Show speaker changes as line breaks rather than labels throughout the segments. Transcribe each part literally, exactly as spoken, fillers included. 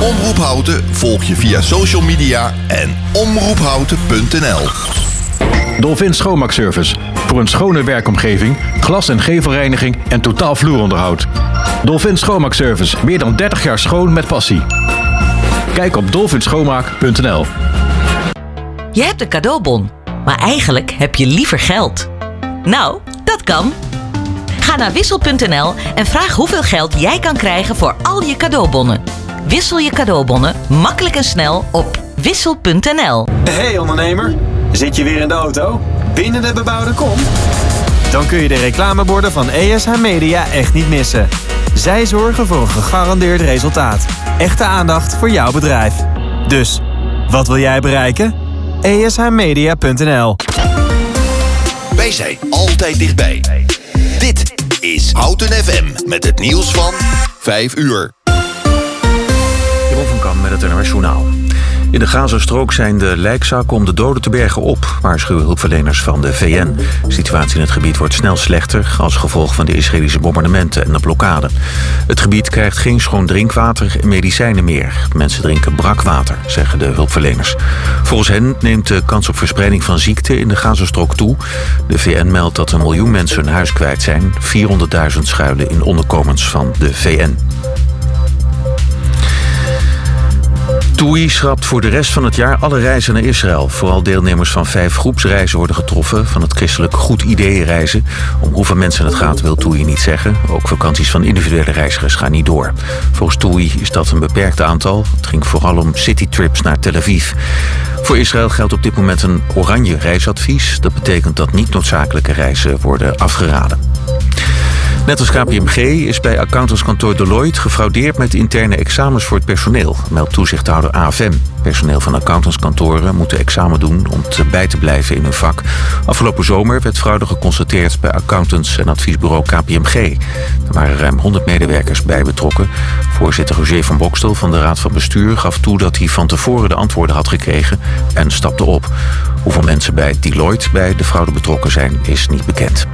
Omroep Houten volg je via social media en omroephouten punt n l.
Dolphin Schoonmaakservice. Voor een schone werkomgeving, glas- en gevelreiniging en totaal vloeronderhoud. Dolphin Schoonmaakservice. Meer dan dertig jaar schoon met passie. Kijk op dolphin schoonmaak punt n l.
Je hebt een cadeaubon, maar eigenlijk heb je liever geld. Nou, dat kan. Ga naar wissel punt n l en vraag hoeveel geld jij kan krijgen voor al je cadeaubonnen. Wissel je cadeaubonnen makkelijk en snel op wissel punt n l.
Hey ondernemer, zit je weer in de auto? Binnen de bebouwde kom? Dan kun je de reclameborden van E S H Media echt niet missen. Zij zorgen voor een gegarandeerd resultaat. Echte aandacht voor jouw bedrijf. Dus, wat wil jij bereiken? e s h media punt n l.
Wij zijn altijd dichtbij. Dit is Houten F M met het nieuws van vijf uur.
Jeroen van Kam met het N O S Journaal. In de Gazastrook zijn de lijkzakken om de doden te bergen op, waarschuwen hulpverleners van de V N. De situatie in het gebied wordt snel slechter als gevolg van de Israëlische bombardementen en de blokkade. Het gebied krijgt geen schoon drinkwater en medicijnen meer. Mensen drinken brakwater, zeggen de hulpverleners. Volgens hen neemt de kans op verspreiding van ziekte in de Gazastrook toe. De V N meldt dat een miljoen mensen hun huis kwijt zijn. vierhonderdduizend schuilen in onderkomens van de V N. TUI schrapt voor de rest van het jaar alle reizen naar Israël. Vooral deelnemers van vijf groepsreizen worden getroffen van het christelijk goed idee reizen. Om hoeveel mensen het gaat wil TUI niet zeggen. Ook vakanties van individuele reizigers gaan niet door. Volgens TUI is dat een beperkt aantal. Het ging vooral om citytrips naar Tel Aviv. Voor Israël geldt op dit moment een oranje reisadvies. Dat betekent dat niet noodzakelijke reizen worden afgeraden. Net als K P M G is bij accountantskantoor Deloitte gefraudeerd met interne examens voor het personeel, meldt toezichthouder A F M. Personeel van accountantskantoren moet examen doen om te bij te blijven in hun vak. Afgelopen zomer werd fraude geconstateerd bij accountants en adviesbureau K P M G. Er waren ruim honderd medewerkers bij betrokken. Voorzitter Roger van Bokstel van de Raad van Bestuur gaf toe dat hij van tevoren de antwoorden had gekregen en stapte op. Hoeveel mensen bij Deloitte bij de fraude betrokken zijn, is niet bekend.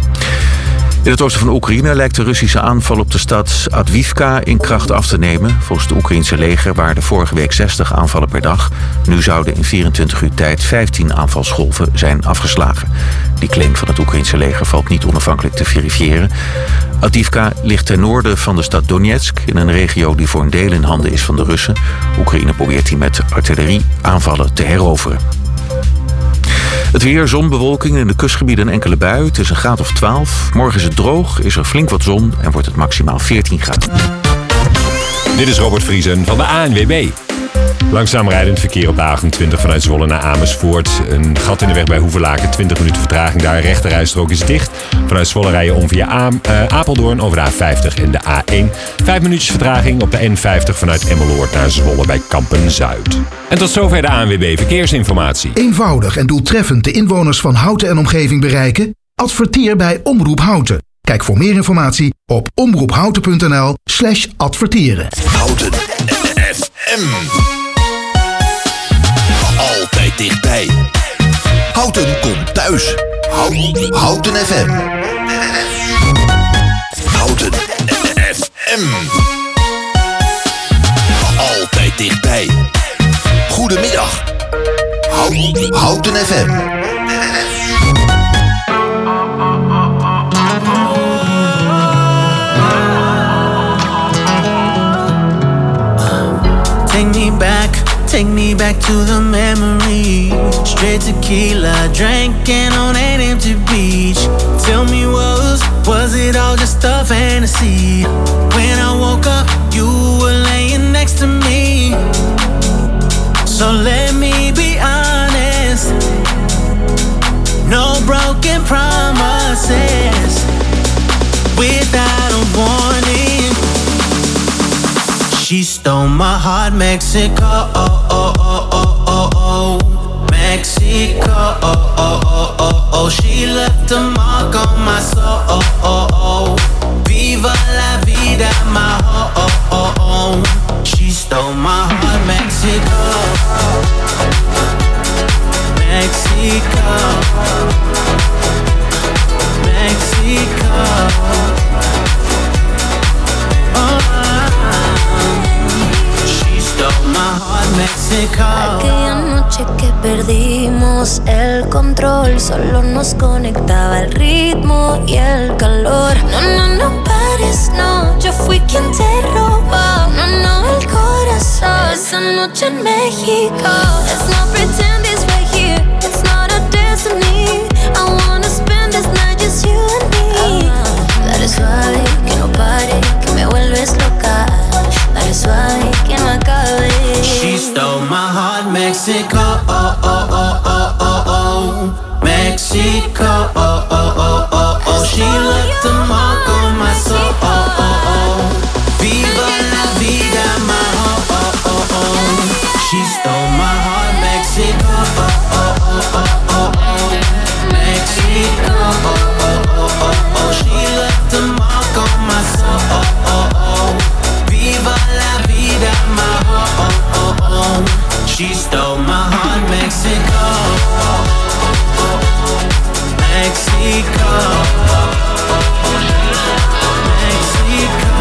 In het oosten van Oekraïne lijkt de Russische aanval op de stad Avdiivka in kracht af te nemen. Volgens het Oekraïense leger waren er vorige week zestig aanvallen per dag. Nu zouden in vierentwintig uur tijd vijftien aanvalsgolven zijn afgeslagen. Die claim van het Oekraïense leger valt niet onafhankelijk te verifiëren. Avdiivka ligt ten noorden van de stad Donetsk, in een regio die voor een deel in handen is van de Russen. Oekraïne probeert die met artillerie aanvallen te heroveren. Het weer, zon, bewolking in de kustgebieden en enkele bui. Het is een graad of twaalf. Morgen is het droog, is er flink wat zon en wordt het maximaal veertien graden.
Dit is Robert Vriesen van de A N W B. Langzaam rijdend verkeer op de A achtentwintig vanuit Zwolle naar Amersfoort. Een gat in de weg bij Hoevelaken, twintig minuten vertraging daar. Rechterrijstrook is dicht. Vanuit Zwolle rijden om via A- uh, Apeldoorn over de A vijftig en de A één. Vijf minuutjes vertraging op de N vijftig vanuit Emmeloord naar Zwolle bij Kampen-Zuid. En tot zover de A N W B Verkeersinformatie.
Eenvoudig en doeltreffend de inwoners van Houten en omgeving bereiken? Adverteer bij Omroep Houten. Kijk voor meer informatie op omroephouten punt n l slash adverteren.
Houten F M. Altijd dichtbij. Houten komt thuis. Houten, Houten F M. Houten F M. Altijd dichtbij. Goedemiddag. Houten, Houten F M.
Take me back, take me back to the memory. Straight tequila, drinking on an empty beach. Tell me, was, was it all just a fantasy? When I woke up, you were laying next to me. So let me be honest, no broken promises. Without a warning, she stole my heart, Mexico, oh, oh, oh, oh, oh, oh. Mexico, oh, oh, oh, oh, oh. She left a mark on my soul, oh, oh, oh. Viva la vida, my oh, oh, oh, oh. She stole my heart, Mexico, Mexico, Mexico. Oh, she Mexico.
Aquella noche que perdimos el control, solo nos conectaba el ritmo y el calor. No, no, no pares, no, yo fui quien te robó. No, no, el corazón. Esa noche en México. Let's not pretend it's right here, it's not a destiny. I wanna spend this night just you and me. Dale suave, que no pare, que me vuelves loca. Dale suave, que no acabe.
She stole my heart, Mexico, oh, oh, oh, oh, oh, oh. Mexico, oh, oh, oh, oh, oh. She left a mark on my soul, oh, oh, oh. Viva la vida, my oh, oh, oh, oh. She stole my heart, Mexico, oh, oh, oh, oh, oh, oh. Mexico, oh, oh, oh, oh, oh. She left a mark on my soul, oh, oh, oh. Viva la vida, my oh, oh, oh, oh. She stole my heart, Mexico, Mexico, Mexico.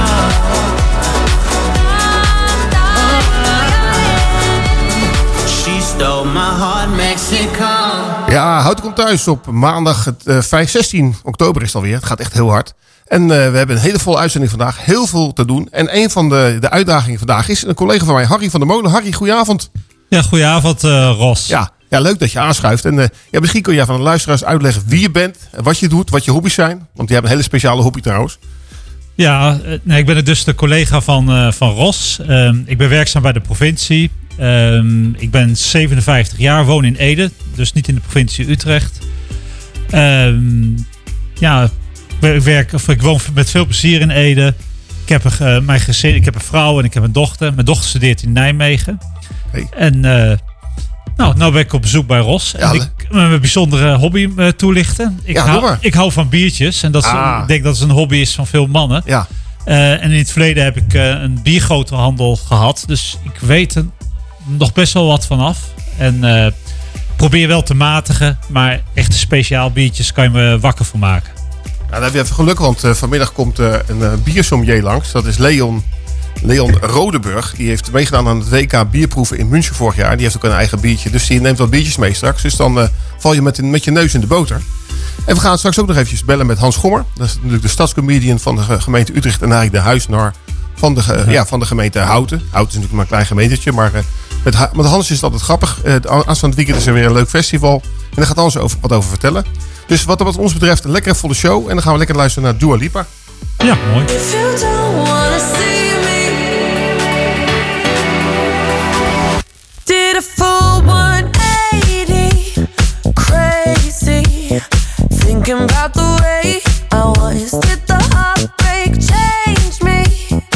She stole my heart, Mexico.
Ja, Houten komt thuis op maandag het uh, vijf, zestien oktober is het alweer. Het gaat echt heel hard. En uh, we hebben een hele volle uitzending vandaag. Heel veel te doen. En een van de, de uitdagingen vandaag is een collega van mij, Harry van der Molen. Harry, goedenavond.
Ja, goedenavond uh, Ros.
Ja, ja, leuk dat je aanschuift. En uh, ja, misschien kun jij van de luisteraars uitleggen wie je bent, wat je doet, wat je hobby's zijn. Want je hebt een hele speciale hobby trouwens.
Ja, uh, nee, ik ben dus de collega van, uh, van Ros. Uh, ik ben werkzaam bij de provincie. Uh, ik ben zevenenvijftig jaar, woon in Ede. Dus niet in de provincie Utrecht. Uh, ja, ik, werk, of ik woon met veel plezier in Ede. Ik heb een, uh, mijn gezin, ik heb een vrouw en ik heb een dochter. Mijn dochter studeert in Nijmegen. Hey. En uh, nou, nou ben ik op bezoek bij Ros. Ja, en ik mijn bijzondere hobby uh, toelichten. Ik,
ja,
hou, ik hou van biertjes. En dat is, ah. ik denk dat het een hobby is van veel mannen.
Ja.
Uh, en in het verleden heb ik uh, een biergroothandel gehad. Dus ik weet er nog best wel wat vanaf. En uh, probeer wel te matigen. Maar echte speciaal biertjes kan je me wakker voor maken.
Nou, dan heb je even geluk, want uh, vanmiddag komt uh, een uh, biersommelier langs. Dat is Leon, Leon Rodeburg. Die heeft meegedaan aan het W K bierproeven in München vorig jaar. Die heeft ook een eigen biertje. Dus die neemt wat biertjes mee straks. Dus dan uh, val je met, met je neus in de boter. En we gaan straks ook nog eventjes bellen met Hans Gommer. Dat is natuurlijk de stadscomedian van de gemeente Utrecht. En eigenlijk de huisnar van de, uh, ja, van de gemeente Houten. Houten is natuurlijk maar een klein gemeentetje. Maar uh, met, met Hans is het altijd grappig. Uh, aanstaande weekend is er weer een leuk festival. En daar gaat Hans over, wat over vertellen. Dus wat, wat ons betreft een lekkere volle show. En dan gaan we lekker luisteren naar Dua Lipa.
Ja, mooi.
Did a full one eighty, crazy, thinking about the way I was. Did the heartbreak change me?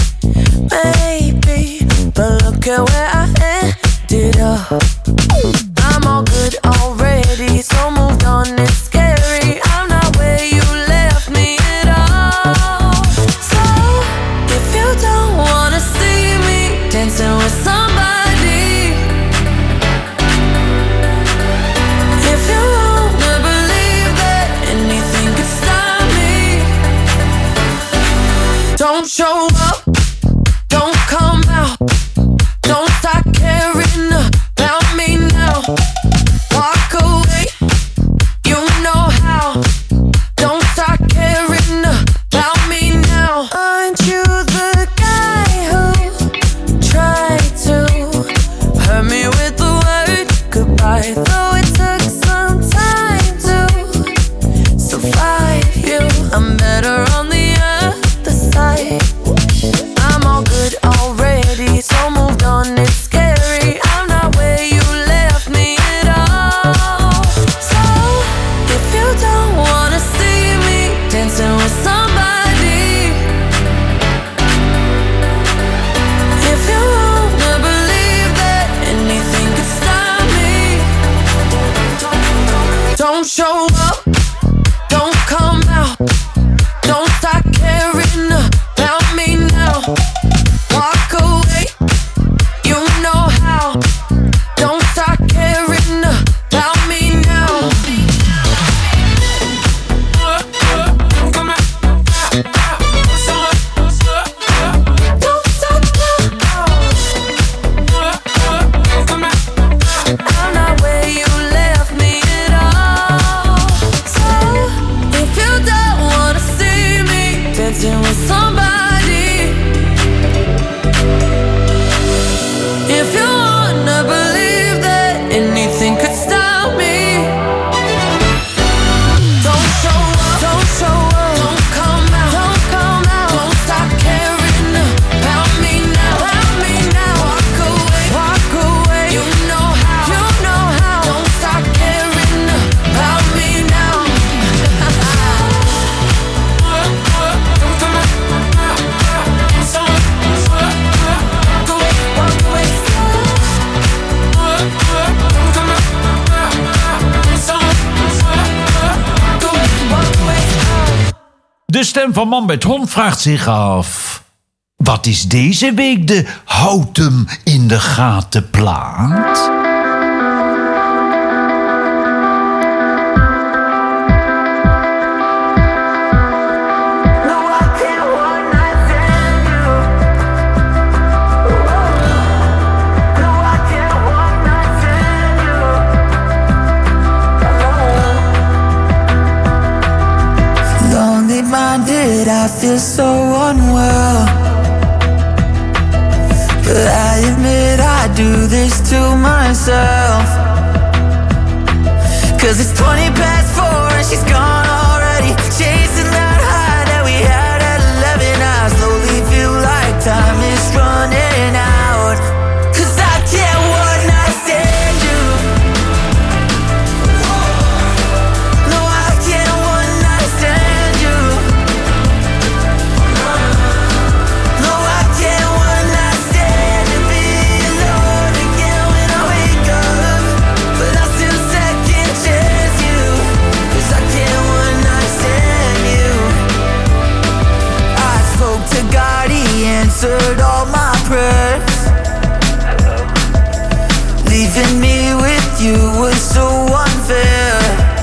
Maybe, but look at where I ended up. I'm all good already, so moved on, it's scary. I'm not where you left me at all. So, if you don't wanna see me dancing with somebody, if you wanna believe that anything could stop me, don't show up, don't come out, don't start caring about me.
De stem van Man met Hond vraagt zich af... Wat is deze week de houd hem in de gaten plaat?
Minded, I feel so unwell. But I admit I do this to myself. Cause it's twenty past four and she's gone already. Chasing that high that we had at eleven. I slowly feel like time is running out. Cause I can't one night stand you. No, I can't one night stand you. No, I can't one night stand to be alone again when I wake up. But I still second chance you. Cause I can't one night stand you. I spoke to God, he answered all my prayers. Leaving me with you was so unfair.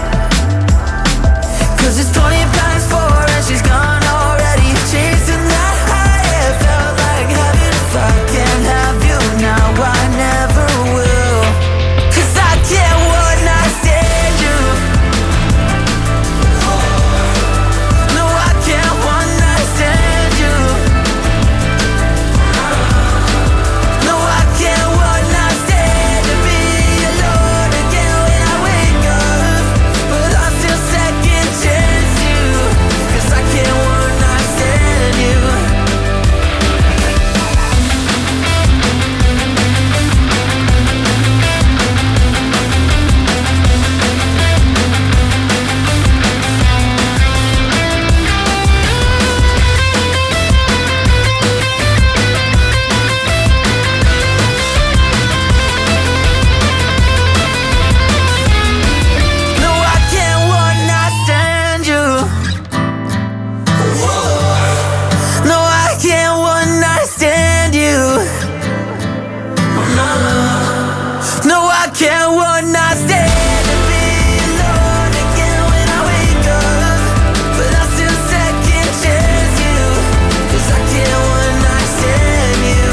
Cause it's twenty past four and she's gone already. Chasing that high, it felt like heaven. If I can't have you now, I never will. Cause I can't one night stand you. No, I can't one night stand you. No, I can't one night stand to be alone again when I wake up. But I still second chance you. Cause I can't one night stand you. No, I can't one night stand you. No, I can't one night stand you. No, I can't one night stand to be alone again when I wake up. But I still second chance you. Cause I can't one night stand you.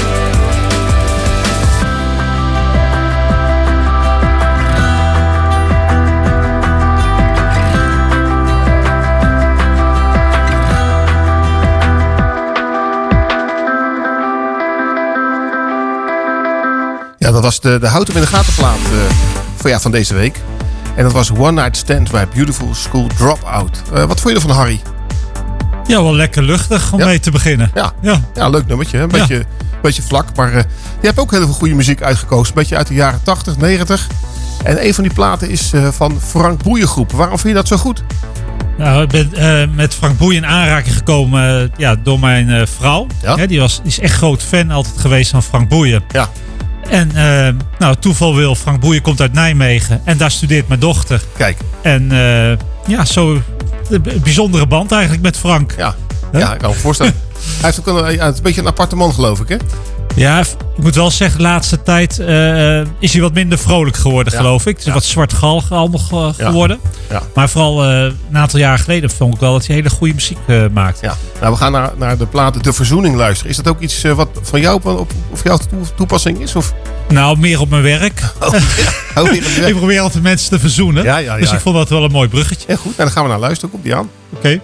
Ja, dat was de, de houd hem in de gaten plaat uh, voor, ja, van deze week. En dat was One Night Stand bij Beautiful School Dropout. Uh, wat vond je ervan, Harry?
Ja, wel lekker luchtig om
Ja.
mee te beginnen.
Ja,
Ja.
ja leuk nummertje. Hè? Een beetje,
Ja.
beetje vlak. Maar uh, je hebt ook heel veel goede muziek uitgekozen. Een beetje uit de jaren tachtig, negentig. En een van die platen is uh, van Frank Boeiengroep. Waarom vind je dat zo goed?
Nou, ik ben uh, met Frank Boeien in aanraking gekomen uh, ja, door mijn uh, vrouw.
Ja?
Hè, die, was, die is echt groot fan altijd geweest van Frank Boeien.
Ja.
En uh, nou, toeval wil, Frank Boeien komt uit Nijmegen. En daar studeert mijn dochter.
Kijk.
En uh, ja, zo een bijzondere band eigenlijk met Frank.
Ja, ja ik kan me voorstellen. Hij heeft ook een, een beetje een aparte man, geloof ik, hè?
Ja, ik moet wel zeggen, de laatste tijd uh, is hij wat minder vrolijk geworden,
Ja.
geloof ik. Het is
Ja.
wat zwartgallig allemaal uh,
Ja.
geworden.
Ja.
Maar vooral uh, een aantal jaar geleden vond ik wel dat hij hele goede muziek uh, maakt.
Ja. Nou, we gaan naar, naar de plaat De Verzoening luisteren. Is dat ook iets uh, wat van jou op, op, of jouw toe- toepassing is? Of?
Nou, meer op mijn werk.
Oh, ja. Oh, meer op je werk.
Ik probeer altijd mensen te verzoenen.
Ja, ja, ja.
Dus ik vond dat wel een mooi bruggetje.
Ja, goed. Nou, dan gaan we naar luisteren. Komt die aan.
Oké. Okay.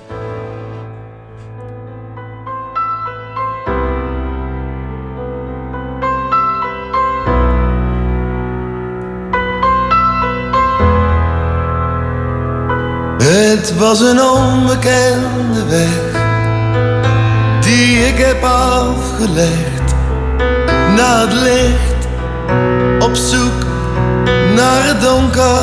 Het was een onbekende weg die ik heb afgelegd naar het licht, op zoek naar het donker.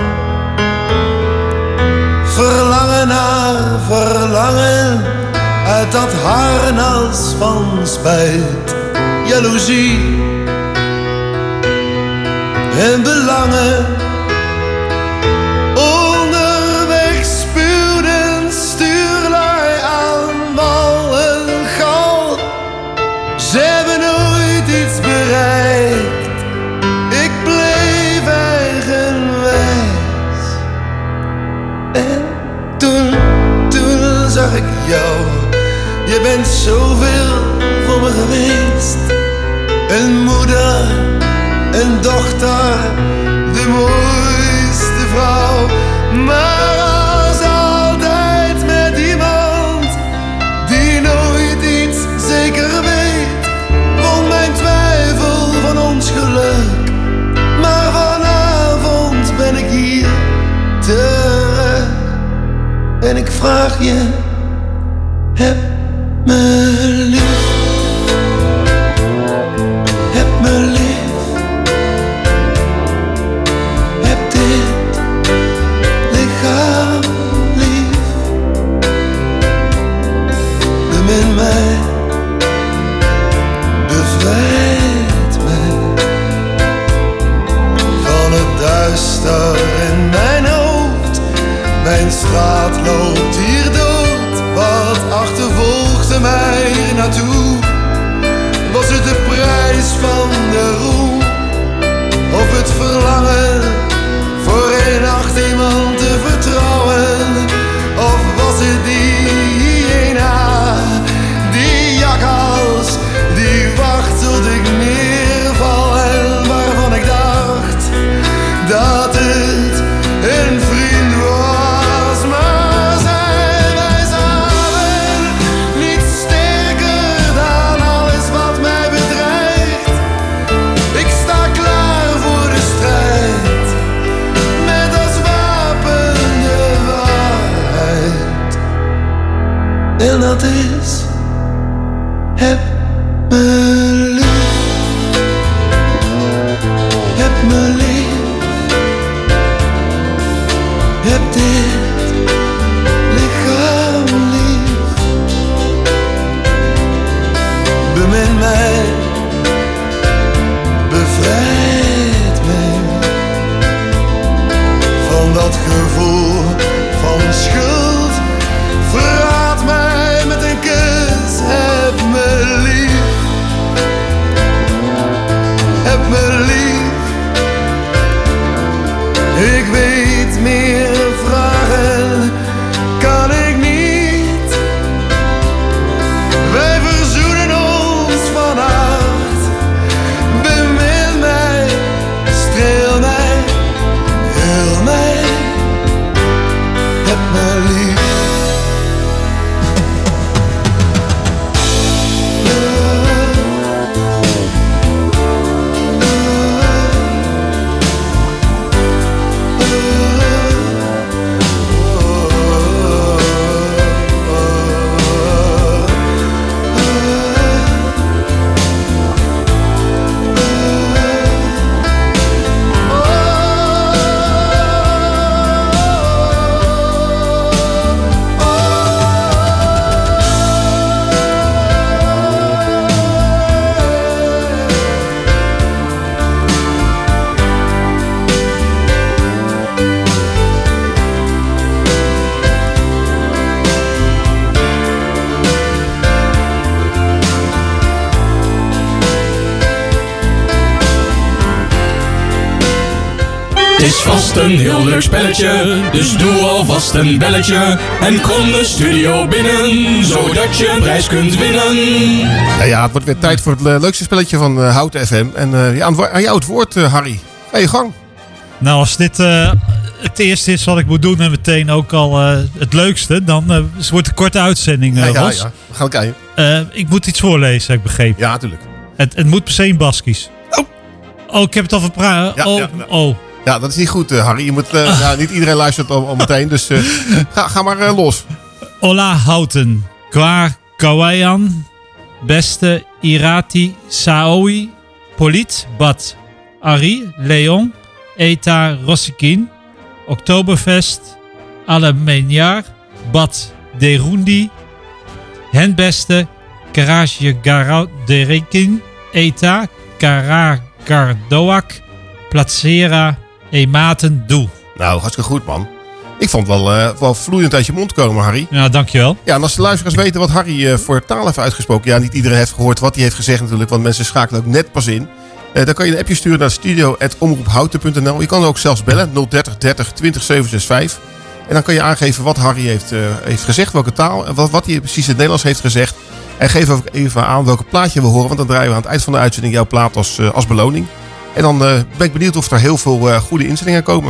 Verlangen naar verlangen uit dat harnas van spijt, jaloezie en belangen. Onderweg spuwden stuurlui moeder en dochter, de mooiste vrouw. Maar als altijd met iemand die nooit iets zeker weet, won mijn twijfel van ons geluk. Maar vanavond ben ik hier terug en ik vraag je, heb me lief. Heb me lief. Heb dit lichaam lief. Bemin mij. Bevrijd mij van het duister in mijn hoofd. Mijn straat loopt hier dood. Wat achtervolgde mij hier naartoe? Was het de prijs van de roem? Of het verlangen voor een nacht iemand te vertrouwen? Of was het die hyena, die jakhals, die wacht tot ik neerval en waarvan ik dacht dat het een vriend was? Maar zijn wij samen niet sterker dan alles wat mij bedreigt? Ik sta klaar voor de strijd, met als wapen de waarheid. En dat is, heb me lief. Heb me lief. Heb dit lichaam lief. Bemin mij. Bevrijd mij van dat gevoel van schuld. Verraad mij met een kus. Heb me lief. Heb me lief. Ik weet meer vragen kan ik niet. Wij verzoenen ons van hart. Bemin mij, streel mij, heel mij. Heb me lief.
Het is vast een heel leuk spelletje, dus doe alvast een belletje en kom de studio binnen, zodat je een prijs kunt winnen.
Ja, ja, het wordt weer tijd voor het uh, leukste spelletje van uh, Houten F M. En uh, ja, aan, aan jou het woord, uh, Harry. Ga je gang.
Nou, als dit uh, het eerste is wat ik moet doen en meteen ook al uh, het leukste, dan uh, wordt het een korte uitzending, uh,
ja, ja,
Ros.
ja, we gaan kijken.
Uh, ik moet iets voorlezen, heb ik begrepen.
Ja, natuurlijk.
Het, het moet per se in Baskisch.
Oh.
Oh, ik heb het al verpraat.
Ja,
oh,
ja, ja.
oh.
Ja, dat is niet goed, uh, Harry. Je moet, uh, ja, niet iedereen luistert al, al meteen, dus uh, ga, ga maar uh, los.
Ola Houten. Kwa Kawayan. Beste Irati Saoi. Polit Bat. Ari Leon. Eta Rossikin. Oktoberfest. Alemenjar. Bat Derundi. Henbeste. Karasje Garau Derekin. Eta Karagardoak. Placera Ematen Doe.
Nou, hartstikke goed, man. Ik vond het wel, uh, wel vloeiend uit je mond komen, Harry.
Ja, dankjewel.
Ja, en als de luisteraars weten wat Harry uh, voor taal heeft uitgesproken. Ja, niet iedereen heeft gehoord wat hij heeft gezegd natuurlijk. Want mensen schakelen ook net pas in. Uh, dan kan je een appje sturen naar studio at omroephouten punt n l. Je kan ook zelfs bellen. nul dertig dertig twintig zevenhonderdzesenzestig. En dan kan je aangeven wat Harry heeft, uh, heeft gezegd. Welke taal. En wat, wat hij precies in het Nederlands heeft gezegd. En geef ook even aan welke plaatje we horen. Want dan draaien we aan het eind van de uitzending jouw plaat als, uh, als beloning. En dan uh, ben ik benieuwd of er heel veel uh, goede inzendingen komen.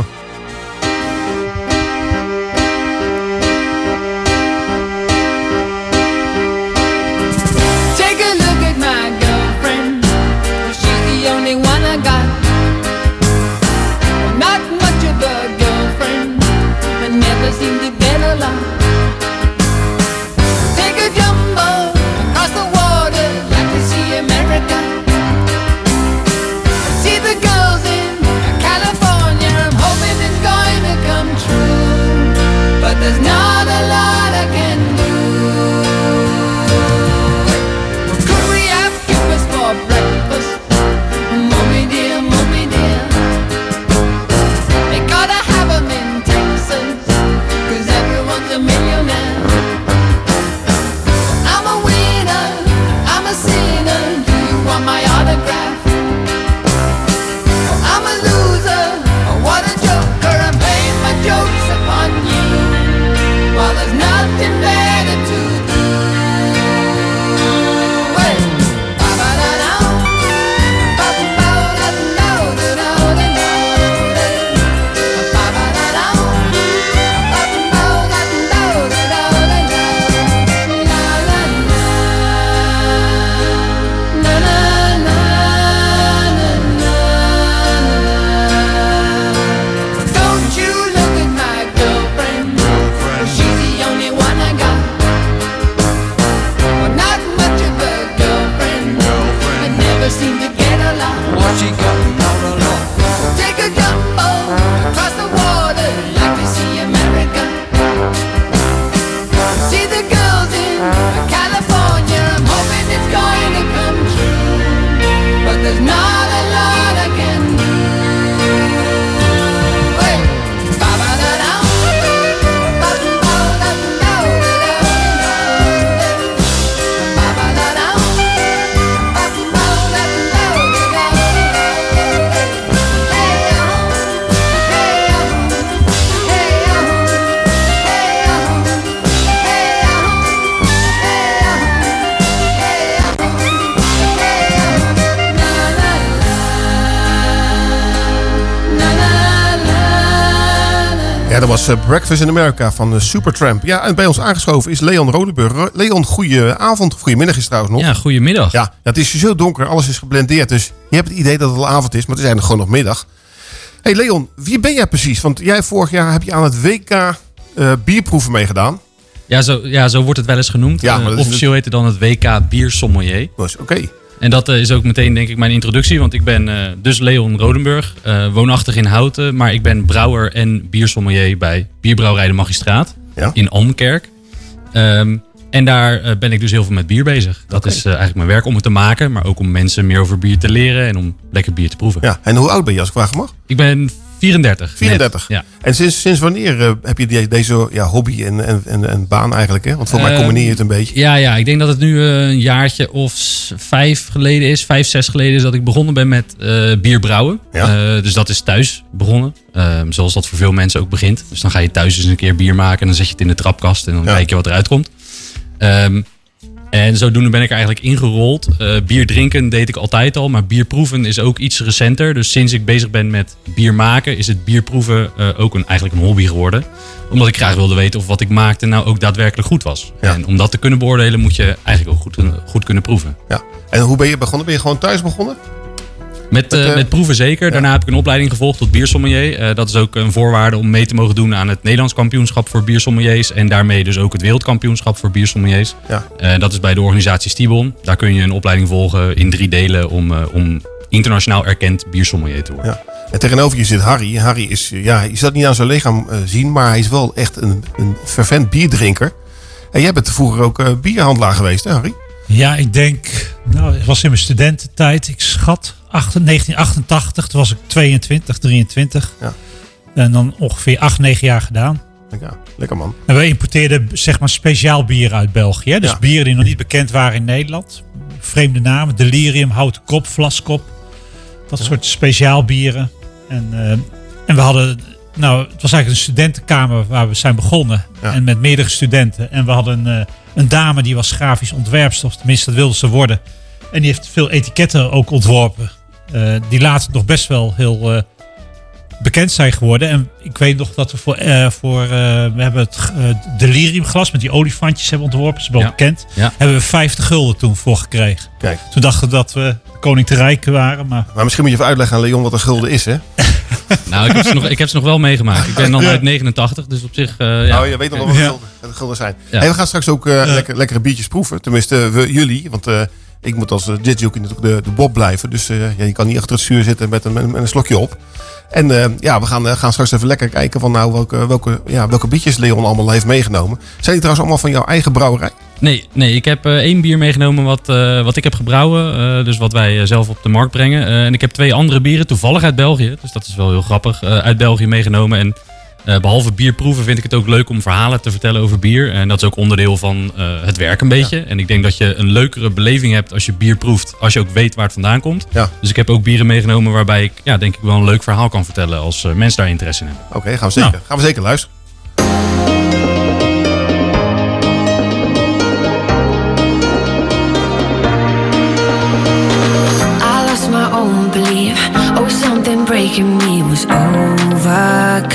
Ja, dat was uh, Breakfast in America van uh, Supertramp. Ja, en bij ons aangeschoven is Leon Rodenburg. Leon, goeie avond. Goedemiddag is het trouwens nog.
Ja, goedemiddag.
Ja, het is zo donker, alles is geblendeerd. Dus je hebt het idee dat het al avond is, maar het is eigenlijk gewoon nog middag. Hey Leon, wie ben jij precies? Want jij vorig jaar heb je aan het W K uh, bierproeven meegedaan.
Ja zo, ja, zo wordt het wel eens genoemd. Ja, uh, officieel heet het dan het W K Biersommelier.
Oké. Okay.
En dat uh, is ook meteen denk ik mijn introductie. Want ik ben uh, dus Leon Rodenburg, uh, woonachtig in Houten. Maar ik ben brouwer en biersommelier bij Bierbrouwerij de Magistraat ja? in Almkerk. Um, en daar uh, ben ik dus heel veel met bier bezig. Dat okay. is uh, eigenlijk mijn werk om het te maken. Maar ook om mensen meer over bier te leren en om lekker bier te proeven.
Ja, en hoe oud ben je als ik vragen mag?
Ik ben vierendertig.
vierendertig?
Net, ja.
En sinds, sinds wanneer uh, heb je deze ja, hobby en, en, en, en baan eigenlijk? Hè? Want voor uh, mij combineer je het een beetje.
Ja, ja, ik denk dat het nu uh, een jaartje of vijf geleden is. Vijf, zes geleden is dat ik begonnen ben met uh, bier brouwen. Ja. Uh, dus dat is thuis begonnen. Uh, zoals dat voor veel mensen ook begint. Dus dan ga je thuis eens een keer bier maken. En dan zet je het in de trapkast. En dan ja. kijk je wat eruit komt. Um, En zodoende ben ik er eigenlijk ingerold. Uh, bier drinken deed ik altijd al, maar bier proeven is ook iets recenter. Dus sinds ik bezig ben met bier maken, is het bierproeven uh, ook een, eigenlijk een hobby geworden. Omdat ik graag wilde weten of wat ik maakte nou ook daadwerkelijk goed was. Ja. En om dat te kunnen beoordelen moet je eigenlijk ook goed, goed kunnen proeven.
Ja. En hoe ben je begonnen? Ben je gewoon thuis begonnen?
Met, uh, met proeven zeker. Daarna ja. heb ik een opleiding gevolgd tot biersommelier. Uh, dat is ook een voorwaarde om mee te mogen doen aan het Nederlands kampioenschap voor biersommeliers. En daarmee dus ook het wereldkampioenschap voor biersommeliers. Ja. Uh, dat is bij de organisatie Stibon. Daar kun je een opleiding volgen in drie delen om, uh, om internationaal erkend biersommelier te worden.
Ja. En tegenover je zit Harry. Harry is, ja, je zal het niet aan zijn lichaam uh, zien, maar hij is wel echt een, een fervent bierdrinker. En jij bent vroeger ook uh, bierhandelaar geweest, hè Harry?
Ja, ik denk, nou, het was in mijn studententijd. Ik schat negentien achtentachtig, toen was ik tweeëntwintig, drieëntwintig. Ja. En dan ongeveer acht, negen jaar gedaan.
Ja, lekker man.
En we importeerden zeg maar speciaal bier uit België. Dus ja. bieren die nog niet bekend waren in Nederland. Vreemde namen, delirium, houten kop, vlaskop. Dat ja. soort speciaal bieren. En, uh, en we hadden Nou, het was eigenlijk een studentenkamer waar we zijn begonnen.
Ja.
En met meerdere studenten. En we hadden uh, een dame die was grafisch ontwerpster. Of tenminste, dat wilde ze worden. En die heeft veel etiketten ook ontworpen. Uh, die later nog best wel heel uh, bekend zijn geworden. En ik weet nog dat we voor... Uh, voor uh, we hebben het uh, deliriumglas met die olifantjes hebben ontworpen. Dat is wel
Ja.
bekend.
Ja.
Hebben we vijftig gulden toen voor gekregen.
Kijk.
Toen dachten we dat we koning te rijk waren. Maar...
Maar misschien moet je even uitleggen aan Leon wat een gulden is, hè?
Nou, ik heb, ze nog, ik heb ze nog wel meegemaakt. Ik ben dan uit negenentachtig, dus op zich... Uh, ja.
Nou, je weet nog wel wat
Ja.
gulden, wat gulden zijn.
Ja.
Hey, we gaan straks ook uh, lekker, lekkere biertjes proeven. Tenminste, we, jullie. Want uh, ik moet als uh, discjockey natuurlijk de, de Bob blijven. Dus uh, ja, je kan niet achter het stuur zitten met een, met een slokje op. En uh, ja, we gaan, uh, gaan straks even lekker kijken van nou, welke, welke, ja, welke biertjes Leon allemaal heeft meegenomen. Zijn die trouwens allemaal van jouw eigen brouwerij?
Nee, nee, ik heb uh, één bier meegenomen wat, uh, wat ik heb gebrouwen. Uh, dus wat wij uh, zelf op de markt brengen. Uh, en ik heb twee andere bieren, toevallig uit België. Dus dat is wel heel grappig. Uh, uit België meegenomen. En uh, behalve bierproeven vind ik het ook leuk om verhalen te vertellen over bier. En dat is ook onderdeel van uh, het werk een beetje. Ja. En ik denk dat je een leukere beleving hebt als je bier proeft. Als je ook weet waar het vandaan komt.
Ja.
Dus ik heb ook bieren meegenomen waarbij ik ja, denk ik wel een leuk verhaal kan vertellen. Als uh, mensen daar interesse in hebben.
Oké, okay, gaan we zeker. Nou. Gaan we zeker luisteren.
Oh, something breaking me was overcome.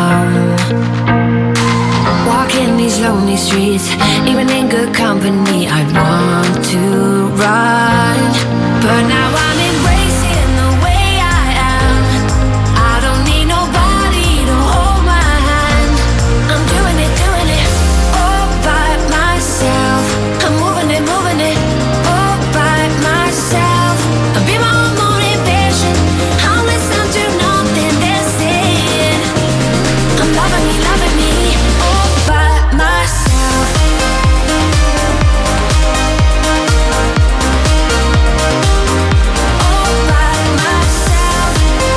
Walking these lonely streets, even in good company, I want to run. But now I'm embracing the way I am. I don't need nobody to hold my hand. I'm doing it, doing it all by myself. I'm moving it, moving it all by myself. I'll be my own motivation. I'll listen to nothing they're saying. I'm loving me, loving me all by myself. All by myself.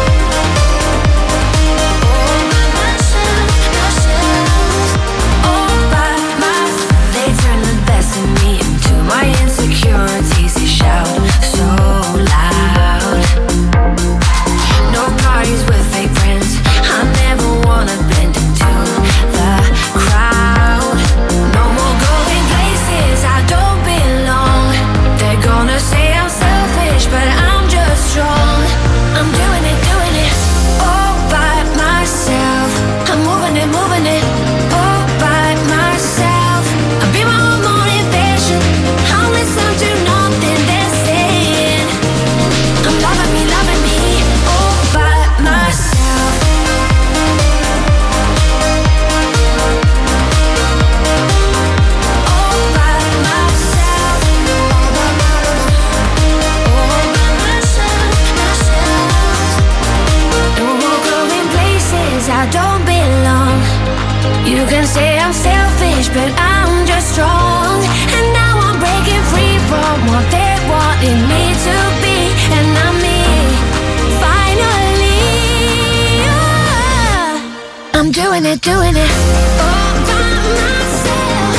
All by myself, myself. All by myself. They turn the best in me into my insecurities. They shout so loud. No parties with fake friends. I never wanna bend into the crowd. No more going places I don't belong. They're gonna say I'm selfish, but I'm just strong. I'm doing it, doing it all by myself. I'm moving it, moving it all by myself. I'll be my own motivation. I'll listen to nothing they're saying. I'm loving me, loving me all by myself. All by myself. All by myself, myself. No more going places I don't belong. You can say I'm selfish, but I'm just strong. And now I'm breaking free from what they wanted me to be. And I'm me, finally. Yeah. I'm doing it, doing it all by myself.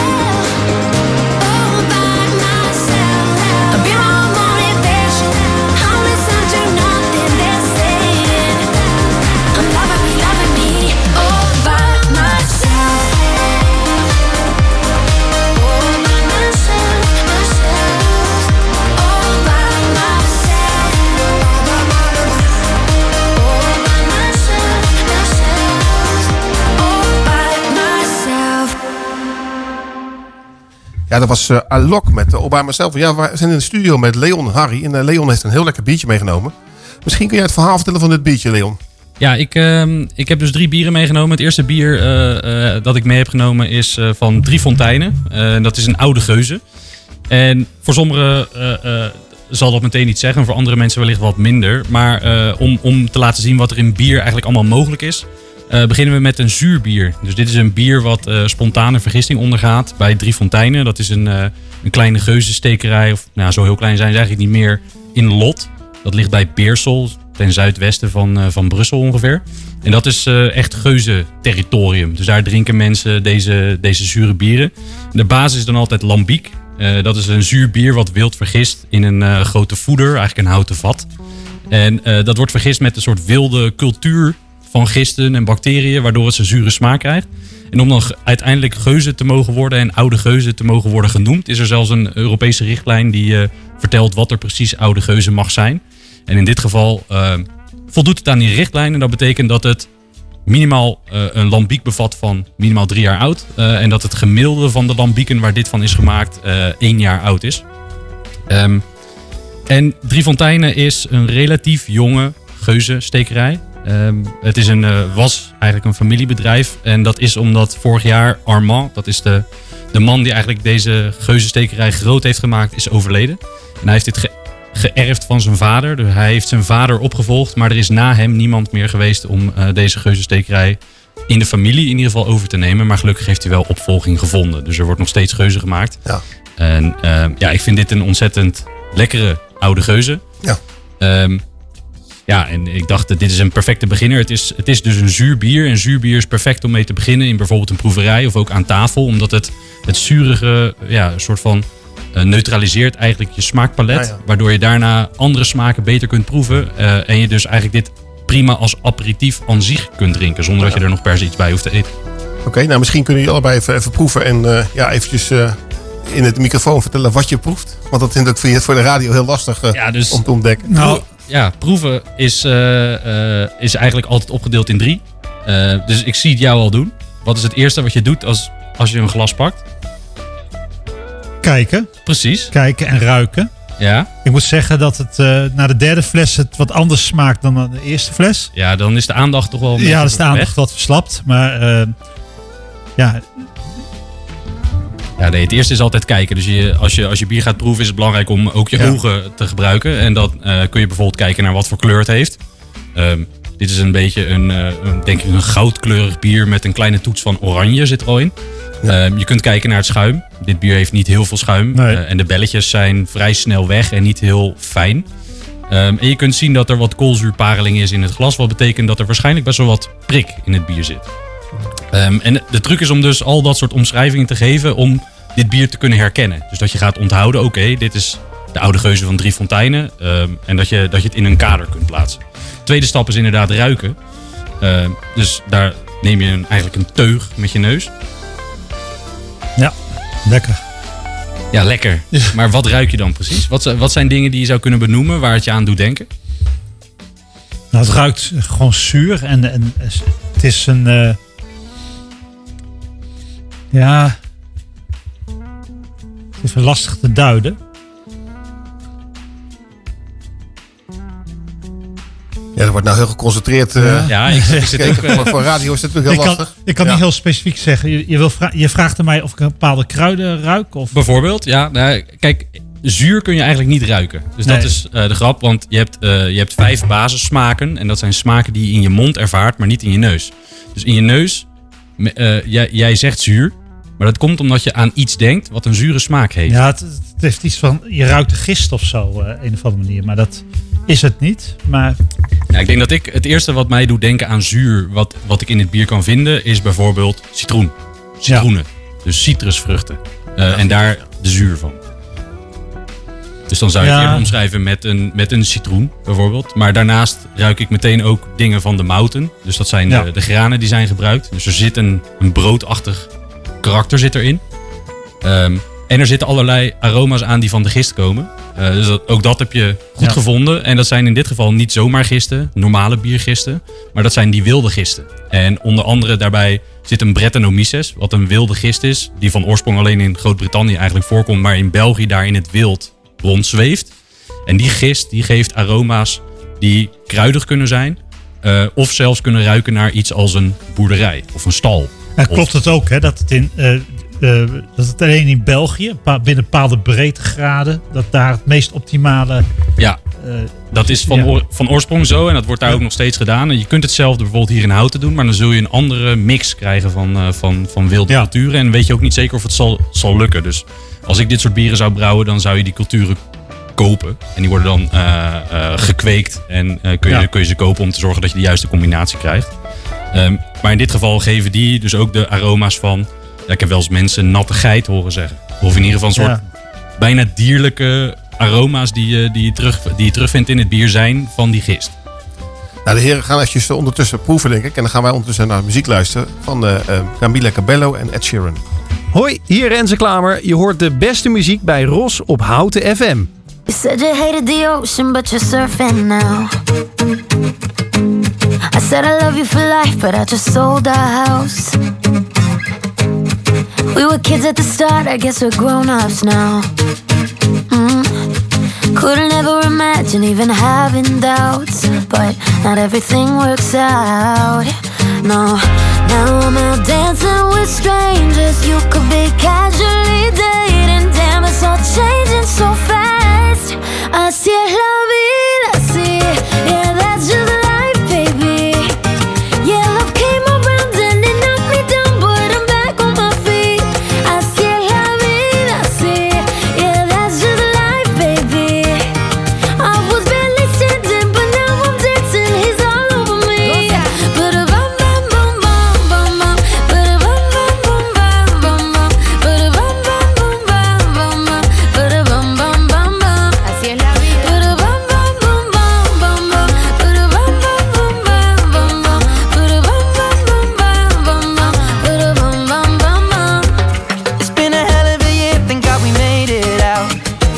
All by myself. I'll be my own motivation. I'll listen to nothing they're saying. I'm loving me, loving me all by myself. All by myself, myself. All by myself. All by myself, myself. All by myself.
Ja, dat was uh, Alok met uh, All By Myself. Ja, we zijn in de studio met Leon en Harry. En uh, Leon heeft een heel lekker biertje meegenomen. Misschien kun jij het verhaal vertellen van dit biertje, Leon.
Ja, ik, uh, ik heb dus drie bieren meegenomen. Het eerste bier uh, uh, dat ik mee heb genomen is uh, van Drie Fonteinen. Uh, dat is een oude geuze. En voor sommigen uh, uh, zal dat meteen iets zeggen. Voor andere mensen wellicht wat minder. Maar uh, om, om te laten zien wat er in bier eigenlijk allemaal mogelijk is... Uh, beginnen we met een zuurbier. Dus dit is een bier wat uh, spontane vergisting ondergaat bij Drie Fonteinen. Dat is een, uh, een kleine geuzenstekerij. Of nou, zo heel klein zijn ze eigenlijk niet meer in Lot. Dat ligt bij Beersel, ten zuidwesten van, uh, van Brussel ongeveer. En dat is uh, echt geuzenterritorium. Dus daar drinken mensen deze, deze zure bieren. De basis is dan altijd lambiek. Uh, dat is een zuur bier wat wild vergist in een uh, grote voeder, eigenlijk een houten vat. En uh, dat wordt vergist met een soort wilde cultuur van gisten en bacteriën, waardoor het zijn zure smaak krijgt. En om dan ge- uiteindelijk geuze te mogen worden en oude geuze te mogen worden genoemd, is er zelfs een Europese richtlijn die uh, vertelt wat er precies oude geuze mag zijn. En in dit geval uh, voldoet het aan die richtlijn en dat betekent dat het minimaal uh, een lambiek bevat van minimaal drie jaar oud. Uh, en dat het gemiddelde van de lambieken waar dit van is gemaakt uh, één jaar oud is. Um, en Driefonteinen is een relatief jonge geuzenstekerij. Um, het is een, uh, was eigenlijk een familiebedrijf. En dat is omdat vorig jaar Armand, dat is de, de man die eigenlijk deze geuzenstekerij groot heeft gemaakt, is overleden. En hij heeft dit ge- geërfd van zijn vader. Dus hij heeft zijn vader opgevolgd. Maar er is na hem niemand meer geweest om uh, deze geuzenstekerij in de familie in ieder geval over te nemen. Maar gelukkig heeft hij wel opvolging gevonden. Dus er wordt nog steeds geuze gemaakt.
Ja.
En uh, ja, ik vind dit een ontzettend lekkere oude geuze.
Ja.
Um, ja, en ik dacht, dit is een perfecte beginner. Het is, het is dus een zuur bier. En zuur bier is perfect om mee te beginnen in bijvoorbeeld een proeverij of ook aan tafel. Omdat het, het zurige, ja, een soort van uh, neutraliseert eigenlijk je smaakpalet.
Ja, ja.
Waardoor je daarna andere smaken beter kunt proeven. Uh, en je dus eigenlijk dit prima als aperitief aan zich kunt drinken. Zonder dat je er nog per se iets bij hoeft te eten.
Oké, okay, nou misschien kunnen jullie allebei even, even proeven en uh, ja, eventjes uh, in het microfoon vertellen wat je proeft. Want dat vind ik voor de radio heel lastig uh,
ja, dus,
om te ontdekken.
Nou, ja, proeven is, uh, uh, is eigenlijk altijd opgedeeld in drie. Uh, dus ik zie het jou al doen. Wat is het eerste wat je doet als, als je een glas pakt?
Kijken.
Precies.
Kijken en ruiken.
Ja.
Ik moet zeggen dat het uh, na de derde fles het wat anders smaakt dan aan de eerste fles.
Ja, dan is de aandacht toch wel een beetje
Ja, dan is de aandacht
weg.
wat verslapt. Maar uh, ja...
Ja, nee, het eerste is altijd kijken. Dus je, als, je, als je bier gaat proeven is het belangrijk om ook je
ja.
ogen te gebruiken. En dan uh, kun je bijvoorbeeld kijken naar wat voor kleur het heeft. Um, dit is een beetje een, uh, een, denk ik een goudkleurig bier met een kleine toets van oranje zit er al in. Ja. Um, je kunt kijken naar het schuim. Dit bier heeft niet heel veel schuim.
Nee.
Uh, en de belletjes zijn vrij snel weg en niet heel fijn. Um, en je kunt zien dat er wat koolzuurpareling is in het glas. Wat betekent dat er waarschijnlijk best wel wat prik in het bier zit. Um, en de truc is om dus al dat soort omschrijvingen te geven om dit bier te kunnen herkennen. Dus dat je gaat onthouden, oké, okay, dit is de oude geuze van Driefonteinen. Um, en dat je, dat je het in een kader kunt plaatsen. Tweede stap is inderdaad ruiken. Um, dus daar neem je een, eigenlijk een teug met je neus.
Ja, lekker.
Ja, lekker. Maar wat ruik je dan precies? Wat, wat zijn dingen die je zou kunnen benoemen waar het je aan doet denken?
Nou, het ruikt gewoon zuur en, en het is een... Uh, ja... Het is wel lastig te duiden.
Ja, dat wordt nou heel geconcentreerd. Uh,
ja, ja ik, ik zit ook, uh,
voor, voor radio is het natuurlijk heel
ik
lastig.
Kan, ik kan
ja.
niet heel specifiek zeggen. Je, je, wil vra- je vraagt aan mij of ik een bepaalde kruiden ruik? Of?
Bijvoorbeeld, ja. Nou, kijk, zuur kun je eigenlijk niet ruiken. Dus nee. dat is uh, de grap, want je hebt, uh, je hebt vijf basissmaken. En dat zijn smaken die je in je mond ervaart, maar niet in je neus. Dus in je neus, uh, jij, jij zegt zuur. Maar dat komt omdat je aan iets denkt wat een zure smaak heeft.
Ja, het, het heeft iets van, je ruikt de gist of zo, uh, een of andere manier. Maar dat is het niet. Maar...
Ja, ik denk dat ik, het eerste wat mij doet denken aan zuur, wat, wat ik in het bier kan vinden, is bijvoorbeeld citroen. Citroenen. Ja. Dus citrusvruchten. Uh, ja. En daar de zuur van. Dus dan zou je ja. het eerder omschrijven met een, met een citroen, bijvoorbeeld. Maar daarnaast ruik ik meteen ook dingen van de mouten. Dus dat zijn ja. de, de granen die zijn gebruikt. Dus er zit een, een broodachtig karakter zit erin. Um, en er zitten allerlei aroma's aan die van de gist komen. Uh, dus dat, ook dat heb je goed ja. gevonden. En dat zijn in dit geval niet zomaar gisten, normale biergisten. Maar dat zijn die wilde gisten. En onder andere daarbij zit een Brettanomyces, wat een wilde gist is. Die van oorsprong alleen in Groot-Brittannië eigenlijk voorkomt. Maar in België daar in het wild rondzweeft. En die gist die geeft aroma's die kruidig kunnen zijn. Uh, of zelfs kunnen ruiken naar iets als een boerderij of een stal.
En klopt het ook hè, dat, het in, uh, uh, dat het alleen in België, binnen bepaalde breedtegraden, dat daar het meest optimale...
Ja, uh, dat is van, ja. oor, van oorsprong zo en dat wordt daar ja. ook nog steeds gedaan. En je kunt hetzelfde bijvoorbeeld hier in Houten doen, maar dan zul je een andere mix krijgen van, uh, van, van wilde ja. culturen. En weet je ook niet zeker of het zal, zal lukken. Dus als ik dit soort bieren zou brouwen, dan zou je die culturen kopen. En die worden dan uh, uh, gekweekt en uh, kun, je, ja. kun je ze kopen om te zorgen dat je de juiste combinatie krijgt. Um, maar in dit geval geven die dus ook de aroma's van... Ja, ik heb wel eens mensen natte geit horen zeggen. Of in ieder geval een soort ja. bijna dierlijke aroma's die je, die, je terug, die je terugvindt in het bier zijn van die gist.
Nou, de heren gaan eventjes ondertussen proeven, denk ik. En dan gaan wij ondertussen naar muziek luisteren van uh, uh, Camila Cabello en Ed Sheeran.
Hoi, hier Renze Klamer. Je hoort de beste muziek bij Ros op Houten F M.
You said you hated the ocean, but you're surfing now. I said I love you for life, but I just sold our house. We were kids at the start, I guess we're grown-ups now. Mm. Couldn't ever imagine even having doubts, but not everything works out. No, now I'm out dancing with strangers. You could be casually dating. Damn, it's all changing so fast. Así es la vida, sí. Yeah, that's just life, baby. Yeah, love came around and it knocked me down, but I'm back on my feet. Así es la vida, sí. Yeah, that's just life, baby. I was barely standing, but now I'm dancing. He's all over me. But a bum bum bum bum bum bum. But a bum bum bum bum bum bum. But a bum bum bum bum bum bum. But a bum bum bum bum. Así es la vida. But a bum bum bum bum bum bum. But a bum bum bum bum bum bum. But a bum bum bum bum bum bum. But a bum bum bum bum.
It's been a hell of a year, thank God we made it out.